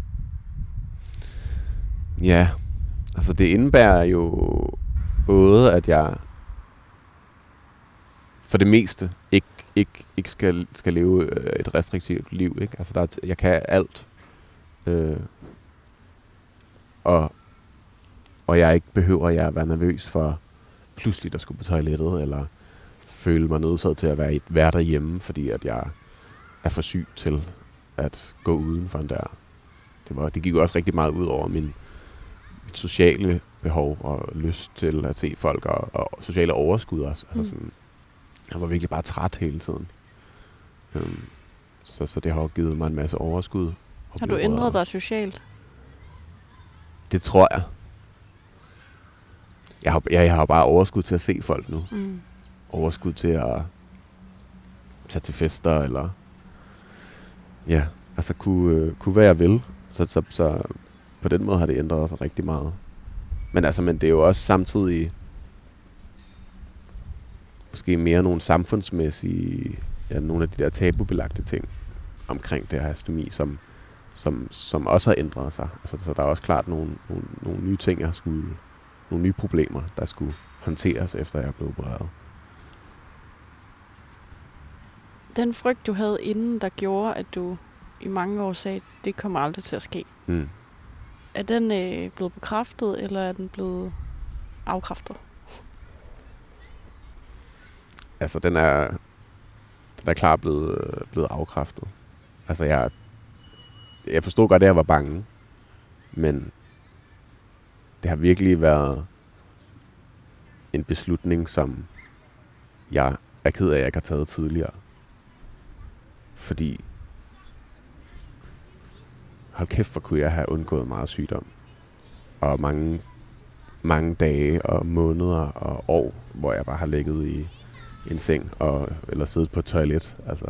Ja, altså det indebærer jo både, at jeg for det meste ikke skal leve et restriktivt liv. Ikke? Altså jeg kan alt. Og jeg ikke behøver at være nervøs for pludselig at skulle på toilettet, eller føle mig nødsaget til at være derhjemme, fordi at jeg er for syg til at gå uden for en dør. Det gik jo også rigtig meget ud over mit sociale behov og lyst til at se folk og sociale overskud også. Altså sådan, jeg var virkelig bare træt hele tiden. Så det har givet mig en masse overskud. Har du ændret dig socialt? Det tror jeg. Jeg har bare overskud til at se folk nu. Overskud til at tage til fester, eller altså kunne hvad jeg vil. Så på den måde har det ændret sig rigtig meget. Men det er jo også samtidig måske mere nogle samfundsmæssige, nogle af de der tabubelagte ting omkring det her stomi, som også har ændret sig. Altså, så der er også klart nogle nye ting, nogle nye problemer, der skulle håndteres, efter jeg blev opereret. Den frygt, du havde inden, der gjorde, at du i mange år sagde, det kommer aldrig til at ske. Er den blevet bekræftet, eller er den blevet afkræftet? Altså, den er klart blevet afkræftet. Altså, jeg forstod godt, at jeg var bange, men det har virkelig været en beslutning, som jeg er ked af, at jeg ikke har taget tidligere. Fordi hold kæft, hvor kunne jeg have undgået meget sygdom. Og mange dage og måneder og år, hvor jeg bare har ligget i en seng eller siddet på et toilet. Altså.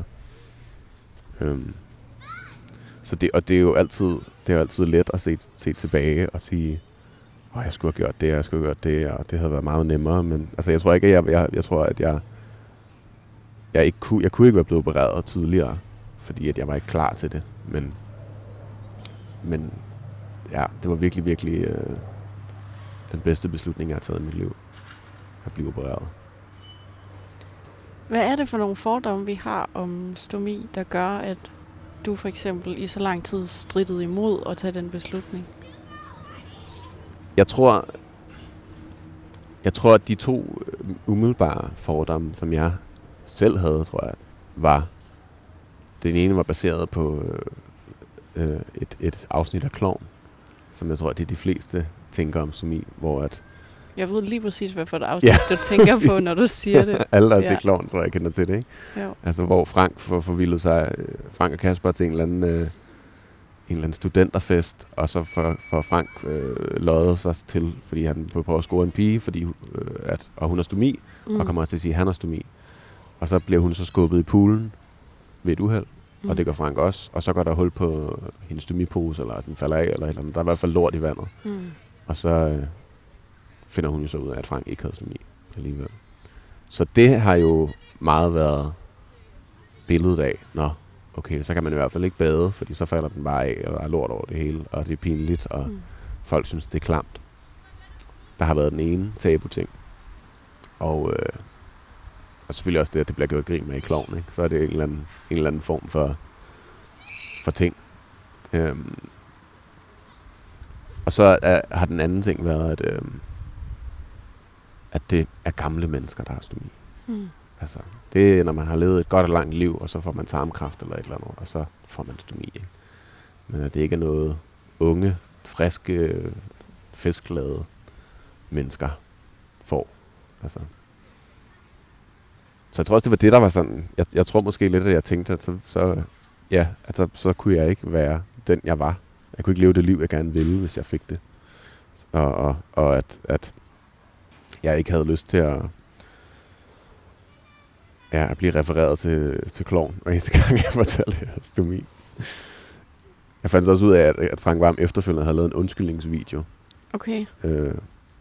Så det er jo altid let at se tilbage og sige, jeg skulle have gjort det, jeg skulle have gjort det, og det havde været meget nemmere. Men altså, jeg tror ikke, at jeg kunne ikke være blevet opereret tidligere, fordi at jeg var ikke klar til det. Men ja, det var virkelig, virkelig den bedste beslutning, jeg har taget i mit liv, at blive opereret. Hvad er det for nogle fordomme, vi har om stomi, der gør, at du for eksempel i så lang tid strittede imod at tage den beslutning? Jeg tror, at de to umiddelbare fordomme, som jeg selv havde, tror jeg, var, den ene var baseret på et afsnit af Klovn, som jeg tror, det er de fleste tænker om stomi, hvor at... Jeg ved lige præcis, hvad for et afsnit du tænker på, når du siger det. Alle, der har set Klovn, tror jeg kender til det, ikke? Jo. Altså, hvor Frank får forvildet sig, Frank og Kasper, til en eller anden studenterfest, og så får Frank løjet sig til, fordi han prøver at score en pige, og hun har stomi, og kommer til at sige, at han har stomi. Og så bliver hun så skubbet i poolen ved et uheld, og det gør Frank også. Og så går der hul på hendes stomipose, eller den falder af, eller der er i hvert fald lort i vandet. Og så finder hun jo så ud af, at Frank ikke havde stomi alligevel. Så det har jo meget været billedet af, okay, så kan man i hvert fald ikke bade, fordi så falder den bare af, og der er lort over det hele, og det er pinligt, og folk synes, det er klamt. Der har været den ene tabu-ting. Og selvfølgelig også det, at det bliver gjort grin med i Klovn, ikke? Så er det en eller anden form for ting. Og så har den anden ting været, at det er gamle mennesker, der har stomi. Altså, det er, når man har levet et godt og langt liv, og så får man tarmkræft eller et eller andet, og så får man stomi, ikke? Men at det ikke er noget unge, friske, fiskladede mennesker får. Altså. Så jeg tror også, det var det, der var sådan... Jeg tror måske lidt, at jeg tænkte, at så kunne jeg ikke være den, jeg var. Jeg kunne ikke leve det liv, jeg gerne ville, hvis jeg fik det. Og at jeg ikke havde lyst til at blive refereret til Klovn, og eneste gang, jeg fortalte, at jeg havde stomi. Jeg fandt også ud af, at Frank Hvam efterfølgende havde lavet en undskyldningsvideo. Okay.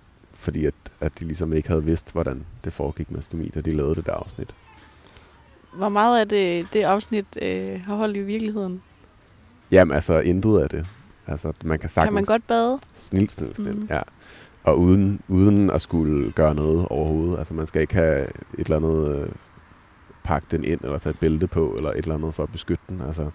Fordi at de ligesom ikke havde vidst, hvordan det foregik med stomi, da de lavede det der afsnit. Hvor meget af det afsnit har holdt i virkeligheden? Jamen, altså, intet af det. Altså, man kan sagtens... Kan man godt bade? Snil, ja. Og uden at skulle gøre noget overhovedet. Altså, man skal ikke have et eller andet... pakke den ind, eller tage et bælte på, eller et eller andet for at beskytte den. Altså,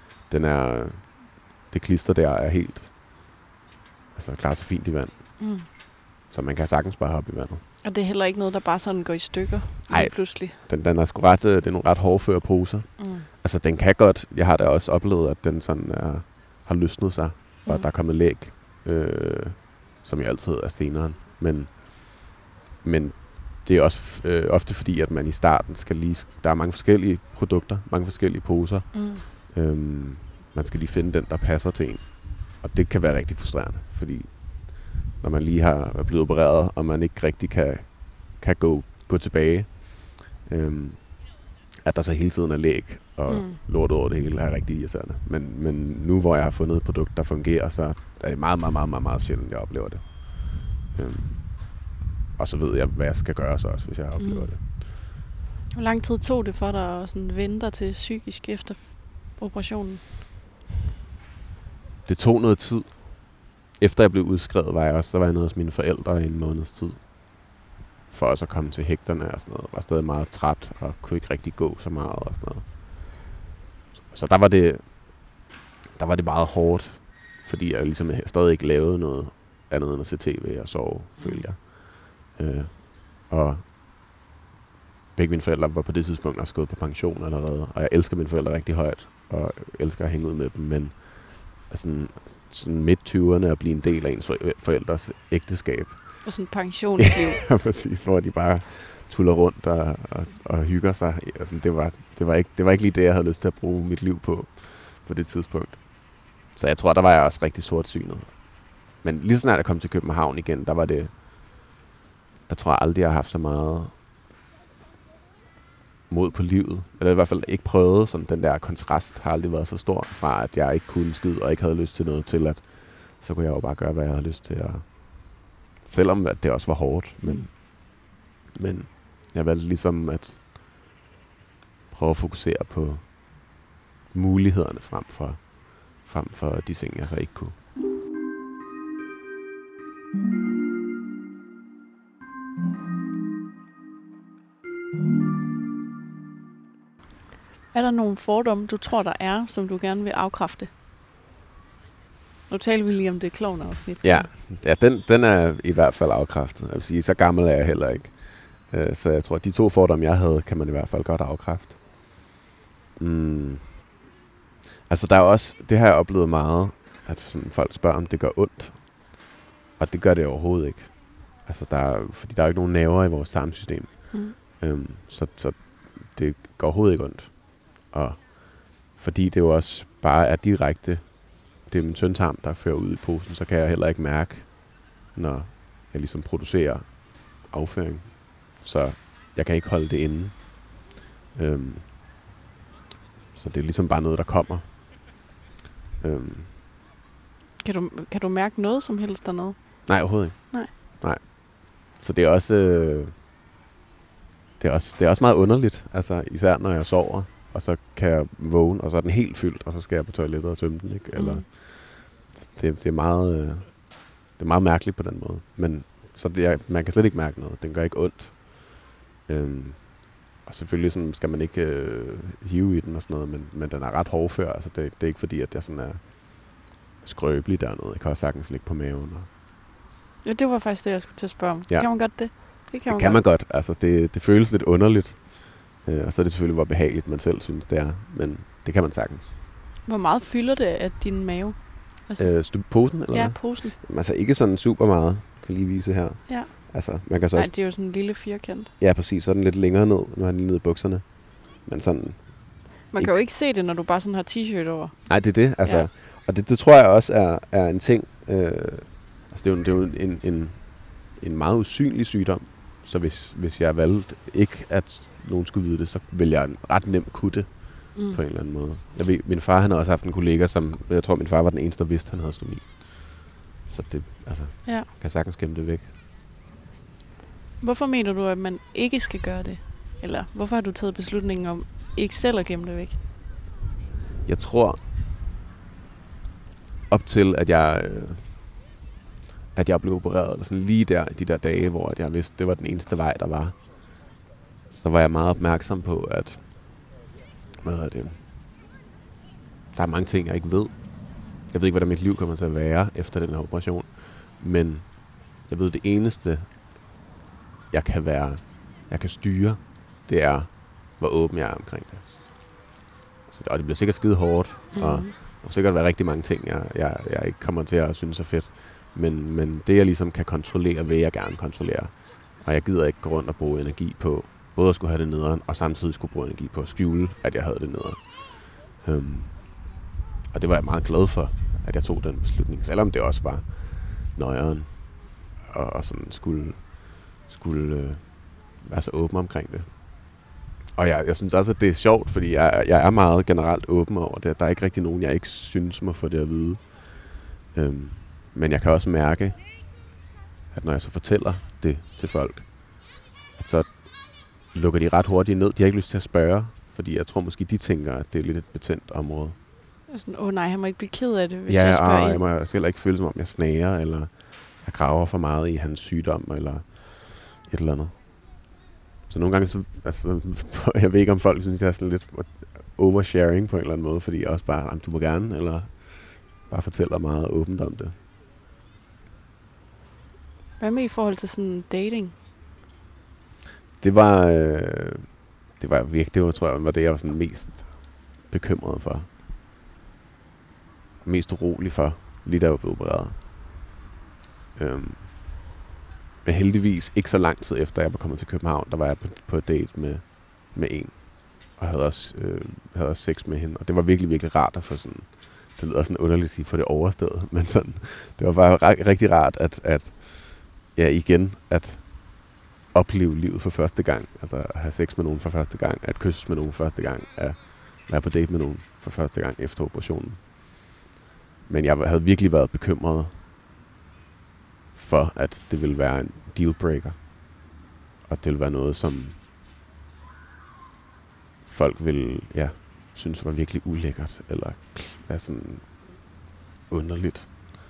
det klister der er helt... Altså, klart så fint i vand. Så man kan sagtens bare hoppe i vandet. Og det er heller ikke noget, der bare sådan går i stykker? Nej, pludselig. Den er sgu ret... Det er nogle ret hårdføre poser. Altså, den kan godt... Jeg har da også oplevet, at den sådan har løsnet sig, og der er kommet læg, som jo altid er steneren. Men det er også ofte fordi, at man i starten skal lige... Der er mange forskellige produkter, mange forskellige poser. Man skal lige finde den, der passer til en. Og det kan være rigtig frustrerende, fordi når man lige er blevet opereret, og man ikke rigtig kan gå tilbage, at der så hele tiden er læg og lort over det hele, er rigtig irriterende. Men nu, hvor jeg har fundet et produkt, der fungerer, så er det meget, meget, meget, meget, meget sjældent, jeg oplever det. Og så ved jeg, hvad jeg skal gøre så også, hvis jeg oplever det. Hvor lang tid tog det for dig at sådan vende dig til psykisk efter operationen? Det tog noget tid. Efter jeg blev udskrevet, så var jeg nede hos mine forældre i en måneds tid. For også at komme til hægterne og sådan noget. Jeg var stadig meget træt og kunne ikke rigtig gå så meget og sådan noget. Så der var det meget hårdt, fordi jeg ligesom stadig ikke lavede noget andet end at se tv og sove, følte jeg. Og begge mine forældre var på det tidspunkt også gået på pension allerede. Og jeg elsker mine forældre rigtig højt, og elsker at hænge ud med dem, men sådan midt-20'erne at blive en del af ens forældres ægteskab. Og sådan pensionsliv. Ja, præcis, hvor de bare tuller rundt og hygger sig. Altså, det var ikke lige det, jeg havde lyst til at bruge mit liv på det tidspunkt. Så jeg tror, der var jeg også rigtig sortsynet. Men lige så snart jeg kom til København igen, der tror jeg aldrig, jeg har haft så meget mod på livet. Eller i hvert fald ikke prøvet, sådan den der kontrast har aldrig været så stor, fra at jeg ikke kunne skide og ikke havde lyst til noget, til at så kunne jeg jo bare gøre, hvad jeg havde lyst til. Selvom at det også var hårdt, men jeg valgte ligesom at prøve at fokusere på mulighederne frem for de ting, jeg så ikke kunne. Er der nogle fordomme, du tror, der er, som du gerne vil afkræfte? Nu taler vi lige om det klovneafsnit. Ja, den er i hvert fald afkræftet. Jeg vil sige, så gammel er jeg heller ikke. Så jeg tror, at de 2 fordomme, jeg havde, kan man i hvert fald godt afkræfte. Altså, der er også, det har jeg oplevet meget, at sådan, folk spørger, om det gør ondt. Og det gør det overhovedet ikke. Altså, fordi der er jo ikke nogen nerver i vores tarmsystem. Så det går overhovedet ikke ondt. Og fordi det jo også bare er direkte, det er min tyndtarm, der fører ud i posen, så kan jeg heller ikke mærke, når jeg ligesom producerer afføring. Så jeg kan ikke holde det inde. Så det er ligesom bare noget, der kommer. Kan du mærke noget som helst dernede? Nej, overhovedet ikke. Nej. Så det er også, det er også meget underligt, altså især når jeg sover, og så kan jeg vågne, og så er den helt fyldt, og så skal jeg på toilettet og tømme den, ikke? Eller det er meget mærkeligt på den måde. Men så man kan slet ikke mærke noget. Den gør ikke ondt. Og selvfølgelig sådan, skal man ikke hive i den og sådan noget, men den er ret hårdfør. Altså det er ikke fordi, at jeg sådan er skrøbelig dernede. Jeg kan også sagtens ligge på maven. Ja, det var faktisk det, jeg skulle til at spørge om. Ja. Kan man godt det? Det kan man godt. Altså det føles lidt underligt. Og så er det selvfølgelig, hvor behageligt man selv synes, det er. Men det kan man sagtens. Hvor meget fylder det af din mave? Altså, Posen, eller ja, hvad? posen. Altså ikke sådan super meget. Jeg kan lige vise her. Ja. Altså, man kan så Nej, det er jo sådan en lille firkant. Ja, præcis. Så er den lidt længere ned. Nu har den lige ned i bukserne. Men sådan... Man kan jo ikke se det, når du bare sådan har t-shirt over. Nej, det er det. Altså, ja. Og det tror jeg også er en ting. Altså, det er jo en meget usynlig sygdom. Så hvis jeg valgte ikke, at nogen skulle vide det, så vil jeg ret nemt kunne det på en eller anden måde. Jeg ved, min far han har også haft en kollega, som jeg tror, min far var den eneste, der vidste, han havde stomi. Så det kan sagtens gemme det væk. Hvorfor mener du, at man ikke skal gøre det? Eller hvorfor har du taget beslutningen om ikke selv at gemme det væk? Jeg tror, op til at jeg blev opereret, eller sådan lige der, de der dage, hvor jeg vidste, det var den eneste vej, der var, så var jeg meget opmærksom på, at der er mange ting, jeg ikke ved. Jeg ved ikke, hvordan mit liv kommer til at være efter den her operation, men jeg ved, det eneste, jeg kan styre, det er, hvor åben jeg er omkring det. Og det bliver sikkert skide hårdt, og der vil sikkert være rigtig mange ting, jeg ikke kommer til at synes er fedt. Men det, jeg ligesom kan kontrollere, vil jeg gerne kontrollere. Og jeg gider ikke gå rundt og bruge energi på, både at skulle have det nederen, og samtidig skulle bruge energi på at skjule, at jeg havde det nederen. Og det var jeg meget glad for, at jeg tog den beslutning. Selvom det også var nøjeren, og sådan skulle være så åben omkring det. Og jeg synes også, at det er sjovt, fordi jeg er meget generelt åben over det. Der er ikke rigtig nogen, jeg ikke synes må få det at vide. Men jeg kan også mærke, at når jeg så fortæller det til folk, at så lukker de ret hurtigt ned. De har ikke lyst til at spørge, fordi jeg tror måske, de tænker, at det er lidt et betændt område. Sådan, nej, han må ikke blive ked af det, hvis jeg spørger ind. Jeg må selv ikke føle, som om jeg snager, eller jeg graver for meget i hans sygdom, eller et eller andet. Så nogle gange, jeg ved ikke, om folk synes, det er sådan lidt oversharing på en eller anden måde, fordi jeg også bare, du må gerne, eller bare fortæller meget åbent om det. Hvad med i forhold til sådan dating? Det var virkelig, det tror jeg var det, jeg var sådan mest bekymret for. Mest urolig for, lige da jeg blev opereret. Men heldigvis ikke så lang tid efter, jeg var kommet til København, der var jeg på et date med en. Og havde også sex med hende. Og det var virkelig, virkelig rart at få sådan, det lyder sådan underligt at sige, få det overstået. Men sådan, det var bare rigtig rart, at opleve livet for første gang. Altså at have sex med nogen for første gang, at kysse med nogen for første gang, at være på date med nogen for første gang efter operationen. Men jeg havde virkelig været bekymret for, at det ville være en dealbreaker. Og det ville være noget, som folk ville, synes var virkelig ulækkert, eller være sådan underligt.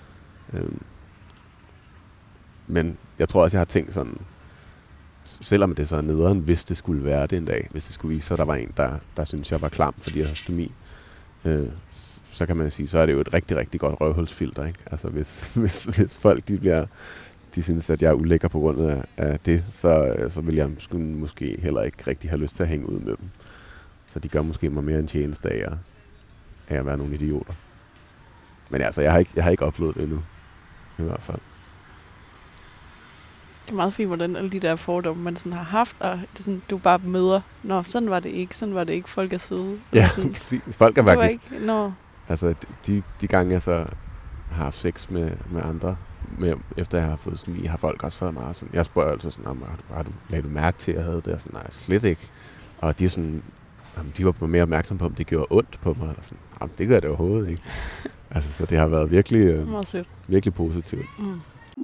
Men jeg tror også, jeg har tænkt sådan, selvom det så er nederen, hvis det skulle være det en dag, hvis det skulle vise sig, at der var en, der synes jeg var klam, fordi jeg har stomi, så kan man sige, så er det jo et rigtig, rigtig godt røvhulsfilter, ikke? Altså hvis folk de synes, at jeg er ulækker på grund af det, så vil jeg måske heller ikke rigtig have lyst til at hænge ud med dem. Så de gør måske mig mere en tjeneste af at være nogle idioter. Men altså, jeg har ikke oplevet det endnu, i hvert fald. Det er meget fint, hvordan alle de der fordomme, man sådan har haft, og det er sådan, du bare møder, sådan var det ikke, folk er søde. Ja, sådan, præcis. Folk er faktisk... Ikke, Altså, de gange jeg så har haft sex med andre, efter jeg har fået stomi, har folk også været meget sådan, jeg spørger altså sådan, lagde du mærke til, at jeg havde det? Og sådan, nej, slet ikke. Og de er sådan, de var mere opmærksomme på, om det gjorde ondt på mig, eller sådan, det gør det overhovedet ikke. Altså, så det har været virkelig, virkelig positivt. Mm.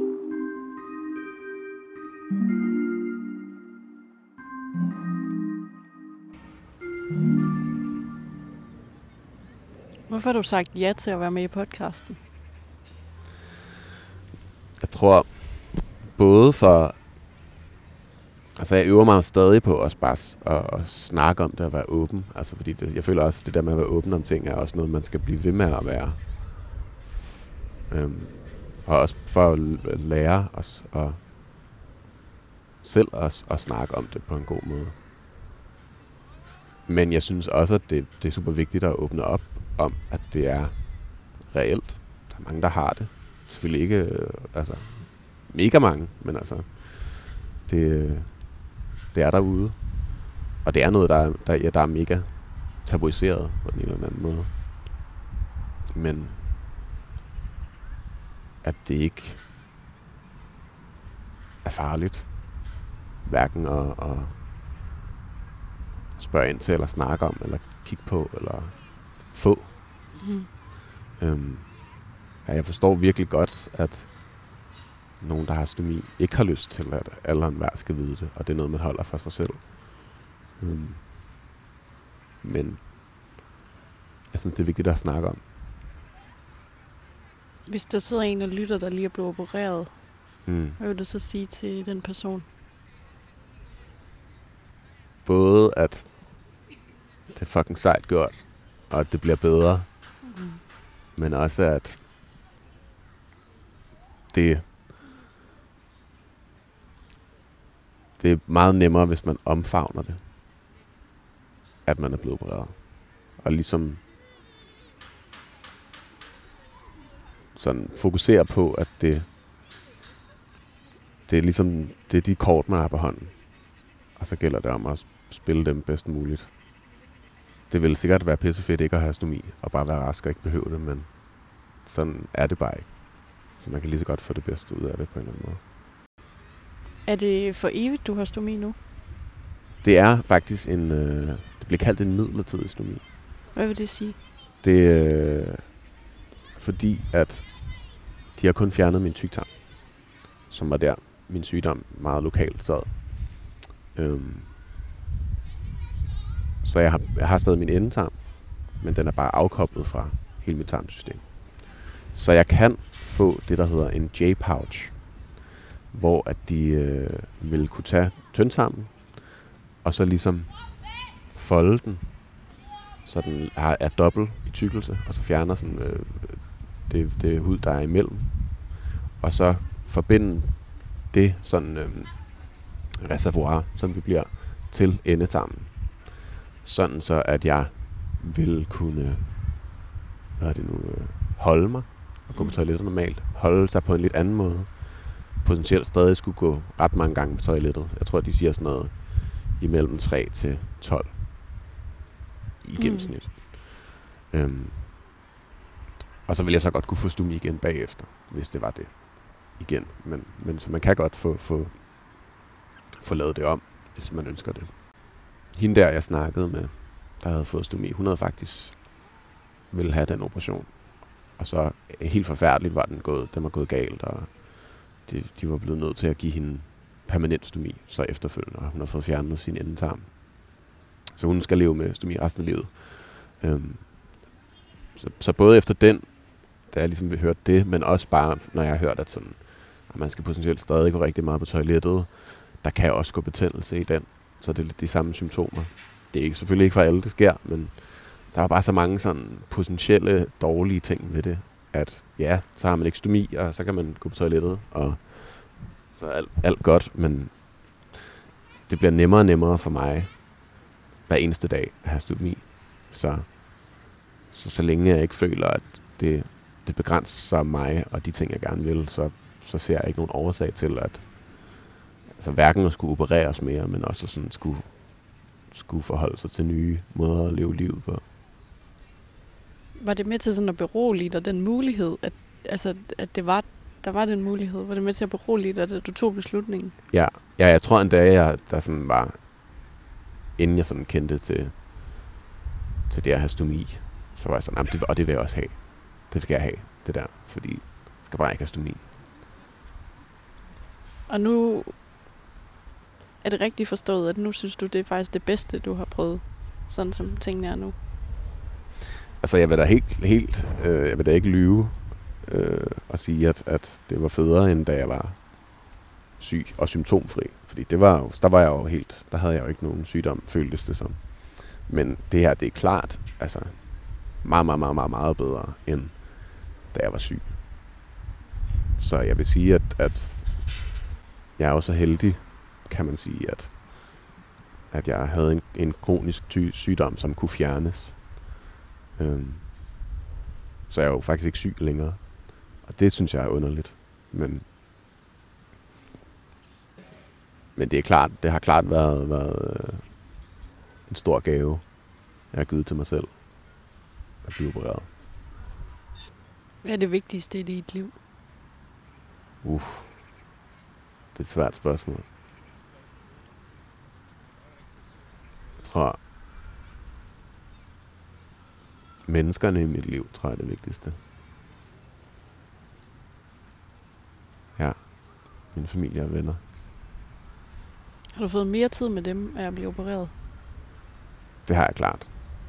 Hvorfor har du sagt ja til at være med i podcasten? Jeg tror, både for... Altså, jeg øver mig stadig på også bare at snakke om det og være åben. Altså, fordi jeg føler også, at det der med at være åben om ting er også noget, man skal blive ved med at være. Og også for at lære os og selv at snakke om det på en god måde. Men jeg synes også, at det er super vigtigt at åbne op om, at det er reelt. Der er mange, der har det. Selvfølgelig ikke mega mange, men altså det er derude. Og det er noget, der er mega tabuiseret på en eller anden måde. Men at det ikke er farligt, hverken at spørge ind til, eller snakke om, eller kigge på, eller få. Jeg forstår virkelig godt, at nogen, der har stomi, ikke har lyst til, at alle og enhver skal vide det, og det er noget, man holder for sig selv. Men jeg synes, det er vigtigt at snakke om. Hvis der sidder en og lytter, der lige er blevet opereret, hvad vil du så sige til den person? Både at det er fucking sejt gjort, og at det bliver bedre. Men også at det er meget nemmere, hvis man omfavner det, at man er blevet opereret. Og ligesom sådan fokuserer på, at det er ligesom, det er de kort, man har på hånden. Og så gælder det om at spille dem bedst muligt. Det vil sikkert være pissefedt ikke at have stomi, og bare være rask og ikke behøve det, men sådan er det bare ikke. Så man kan lige så godt få det bedste ud af det på en eller anden måde. Er det for evigt, du har stomi nu? Det er faktisk det bliver kaldt en midlertidig stomi. Hvad vil det sige? Det er fordi, at de har kun fjernet min tyktarm, som var der min sygdom meget lokalt sad. Så jeg har stadig min endetarm, men den er bare afkoblet fra hele mit tarmsystem. Så jeg kan få det, der hedder en J-pouch, hvor at de vil kunne tage tyndtarmen, og så ligesom folde den, så den er dobbelt i tykkelse, og så fjerner sådan det hud, der er imellem. Og så forbinde det sådan reservoir, som det bliver, til endetarmen. Sådan så, at jeg vil kunne holde mig og gå på toilettet normalt. Holde sig på en lidt anden måde. Potentielt stadig skulle gå ret mange gange på toilettet. Jeg tror, de siger sådan noget imellem 3 til 12 i gennemsnit. Og så vil jeg så godt kunne få stomi igen bagefter, hvis det var det igen. Men så man kan godt få lavet det om, hvis man ønsker det. Hende der, jeg snakkede med, der havde fået stomi, hun havde faktisk ville have den operation. Og så helt forfærdeligt var den var gået galt, og de var blevet nødt til at give hende permanent stomi, så efterfølgende, og hun har fået fjernet sin endetarm. Så hun skal leve med stomi resten af livet. Så både efter den, da jeg ligesom hørte det, men også bare, når jeg har hørt, at man skal potentielt stadig gå rigtig meget på toilettet, der kan også gå betændelse i den, så det er lidt de samme symptomer. Det er selvfølgelig ikke for alle, det sker, men der er bare så mange sådan potentielle dårlige ting ved det, at ja, så har man ikke stomi, og så kan man gå på toilettet, og så er alt godt, men det bliver nemmere og nemmere for mig hver eneste dag at have stomi. Så længe jeg ikke føler, at det begrænser mig og de ting, jeg gerne vil, så ser jeg ikke nogen årsag til, at hverken at skulle opereres mere, men også sådan skulle forholde sig til nye måder at leve livet på. Var det med til sådan at berolige dig den mulighed, at der var den mulighed? Var det med til at berolige dig, da du tog beslutningen? Ja, jeg tror endda, der sådan var, inden jeg sådan kendte til det at have stomi, så var jeg sådan, og det vil jeg også have. Det skal jeg have, det der, fordi jeg skal bare ikke have stomi. Og nu er det rigtigt forstået, at nu synes du, det er faktisk det bedste, du har prøvet, sådan som tingene er nu? Altså, jeg vil da jeg vil da ikke lyve og sige, at det var federe, end da jeg var syg og symptomfri. Fordi der havde jeg jo ikke nogen sygdom, føltes det som. Men det her, det er klart, altså meget, meget, meget, meget, meget bedre, end da jeg var syg. Så jeg vil sige, at jeg er også heldig, kan man sige, at jeg havde en kronisk sygdom, som kunne fjernes. Så jeg er jo faktisk ikke syg længere. Og det synes jeg er underligt. Men det er klart, det har klart været en stor gave, jeg har givet til mig selv at blive opereret. Hvad er det vigtigste i dit liv? Det er et svært spørgsmål. Jeg tror, menneskerne i mit liv, tror jeg er det vigtigste. Ja, min familie og venner. Har du fået mere tid med dem af at blive opereret? Det har jeg klart.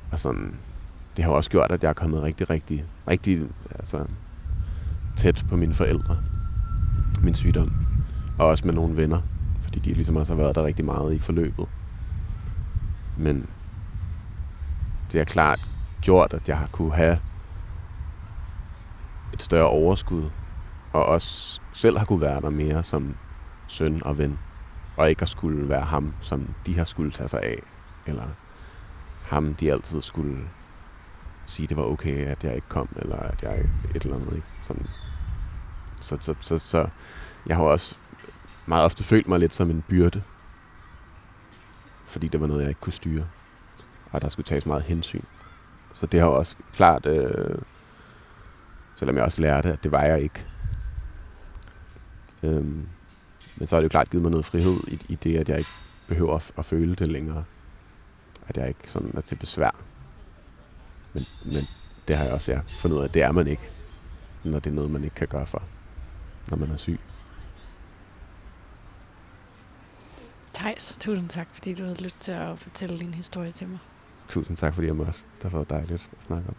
Og sådan, det har også gjort, at jeg er kommet rigtig tæt på mine forældre. Min sygdom. Og også med nogle venner. Fordi de ligesom også har været der rigtig meget i forløbet. Men det har klart gjort, at jeg har kunne have et større overskud. Og også selv har kunne være der mere som søn og ven. Og ikke at skulle være ham, som de har skulle tage sig af. Eller ham, de altid skulle sige, det var okay, at jeg ikke kom. Eller at jeg et eller andet. Ikke? Sådan. Så jeg har også meget ofte følt mig lidt som en byrde. Fordi det var noget, jeg ikke kunne styre. Og der skulle tages meget hensyn. Så det har også klart, selvom jeg også lærte, at det var jeg ikke. Men så har det jo klart givet mig noget frihed i det, at jeg ikke behøver at føle det længere. At jeg ikke sådan er til besvær. Men det har jeg også fundet ud af, at det er man ikke. Når det er noget, man ikke kan gøre for, når man er syg. Theis, tusind tak, fordi du havde lyst til at fortælle din historie til mig. Tusind tak, fordi jeg måtte. Det har været dejligt at snakke om.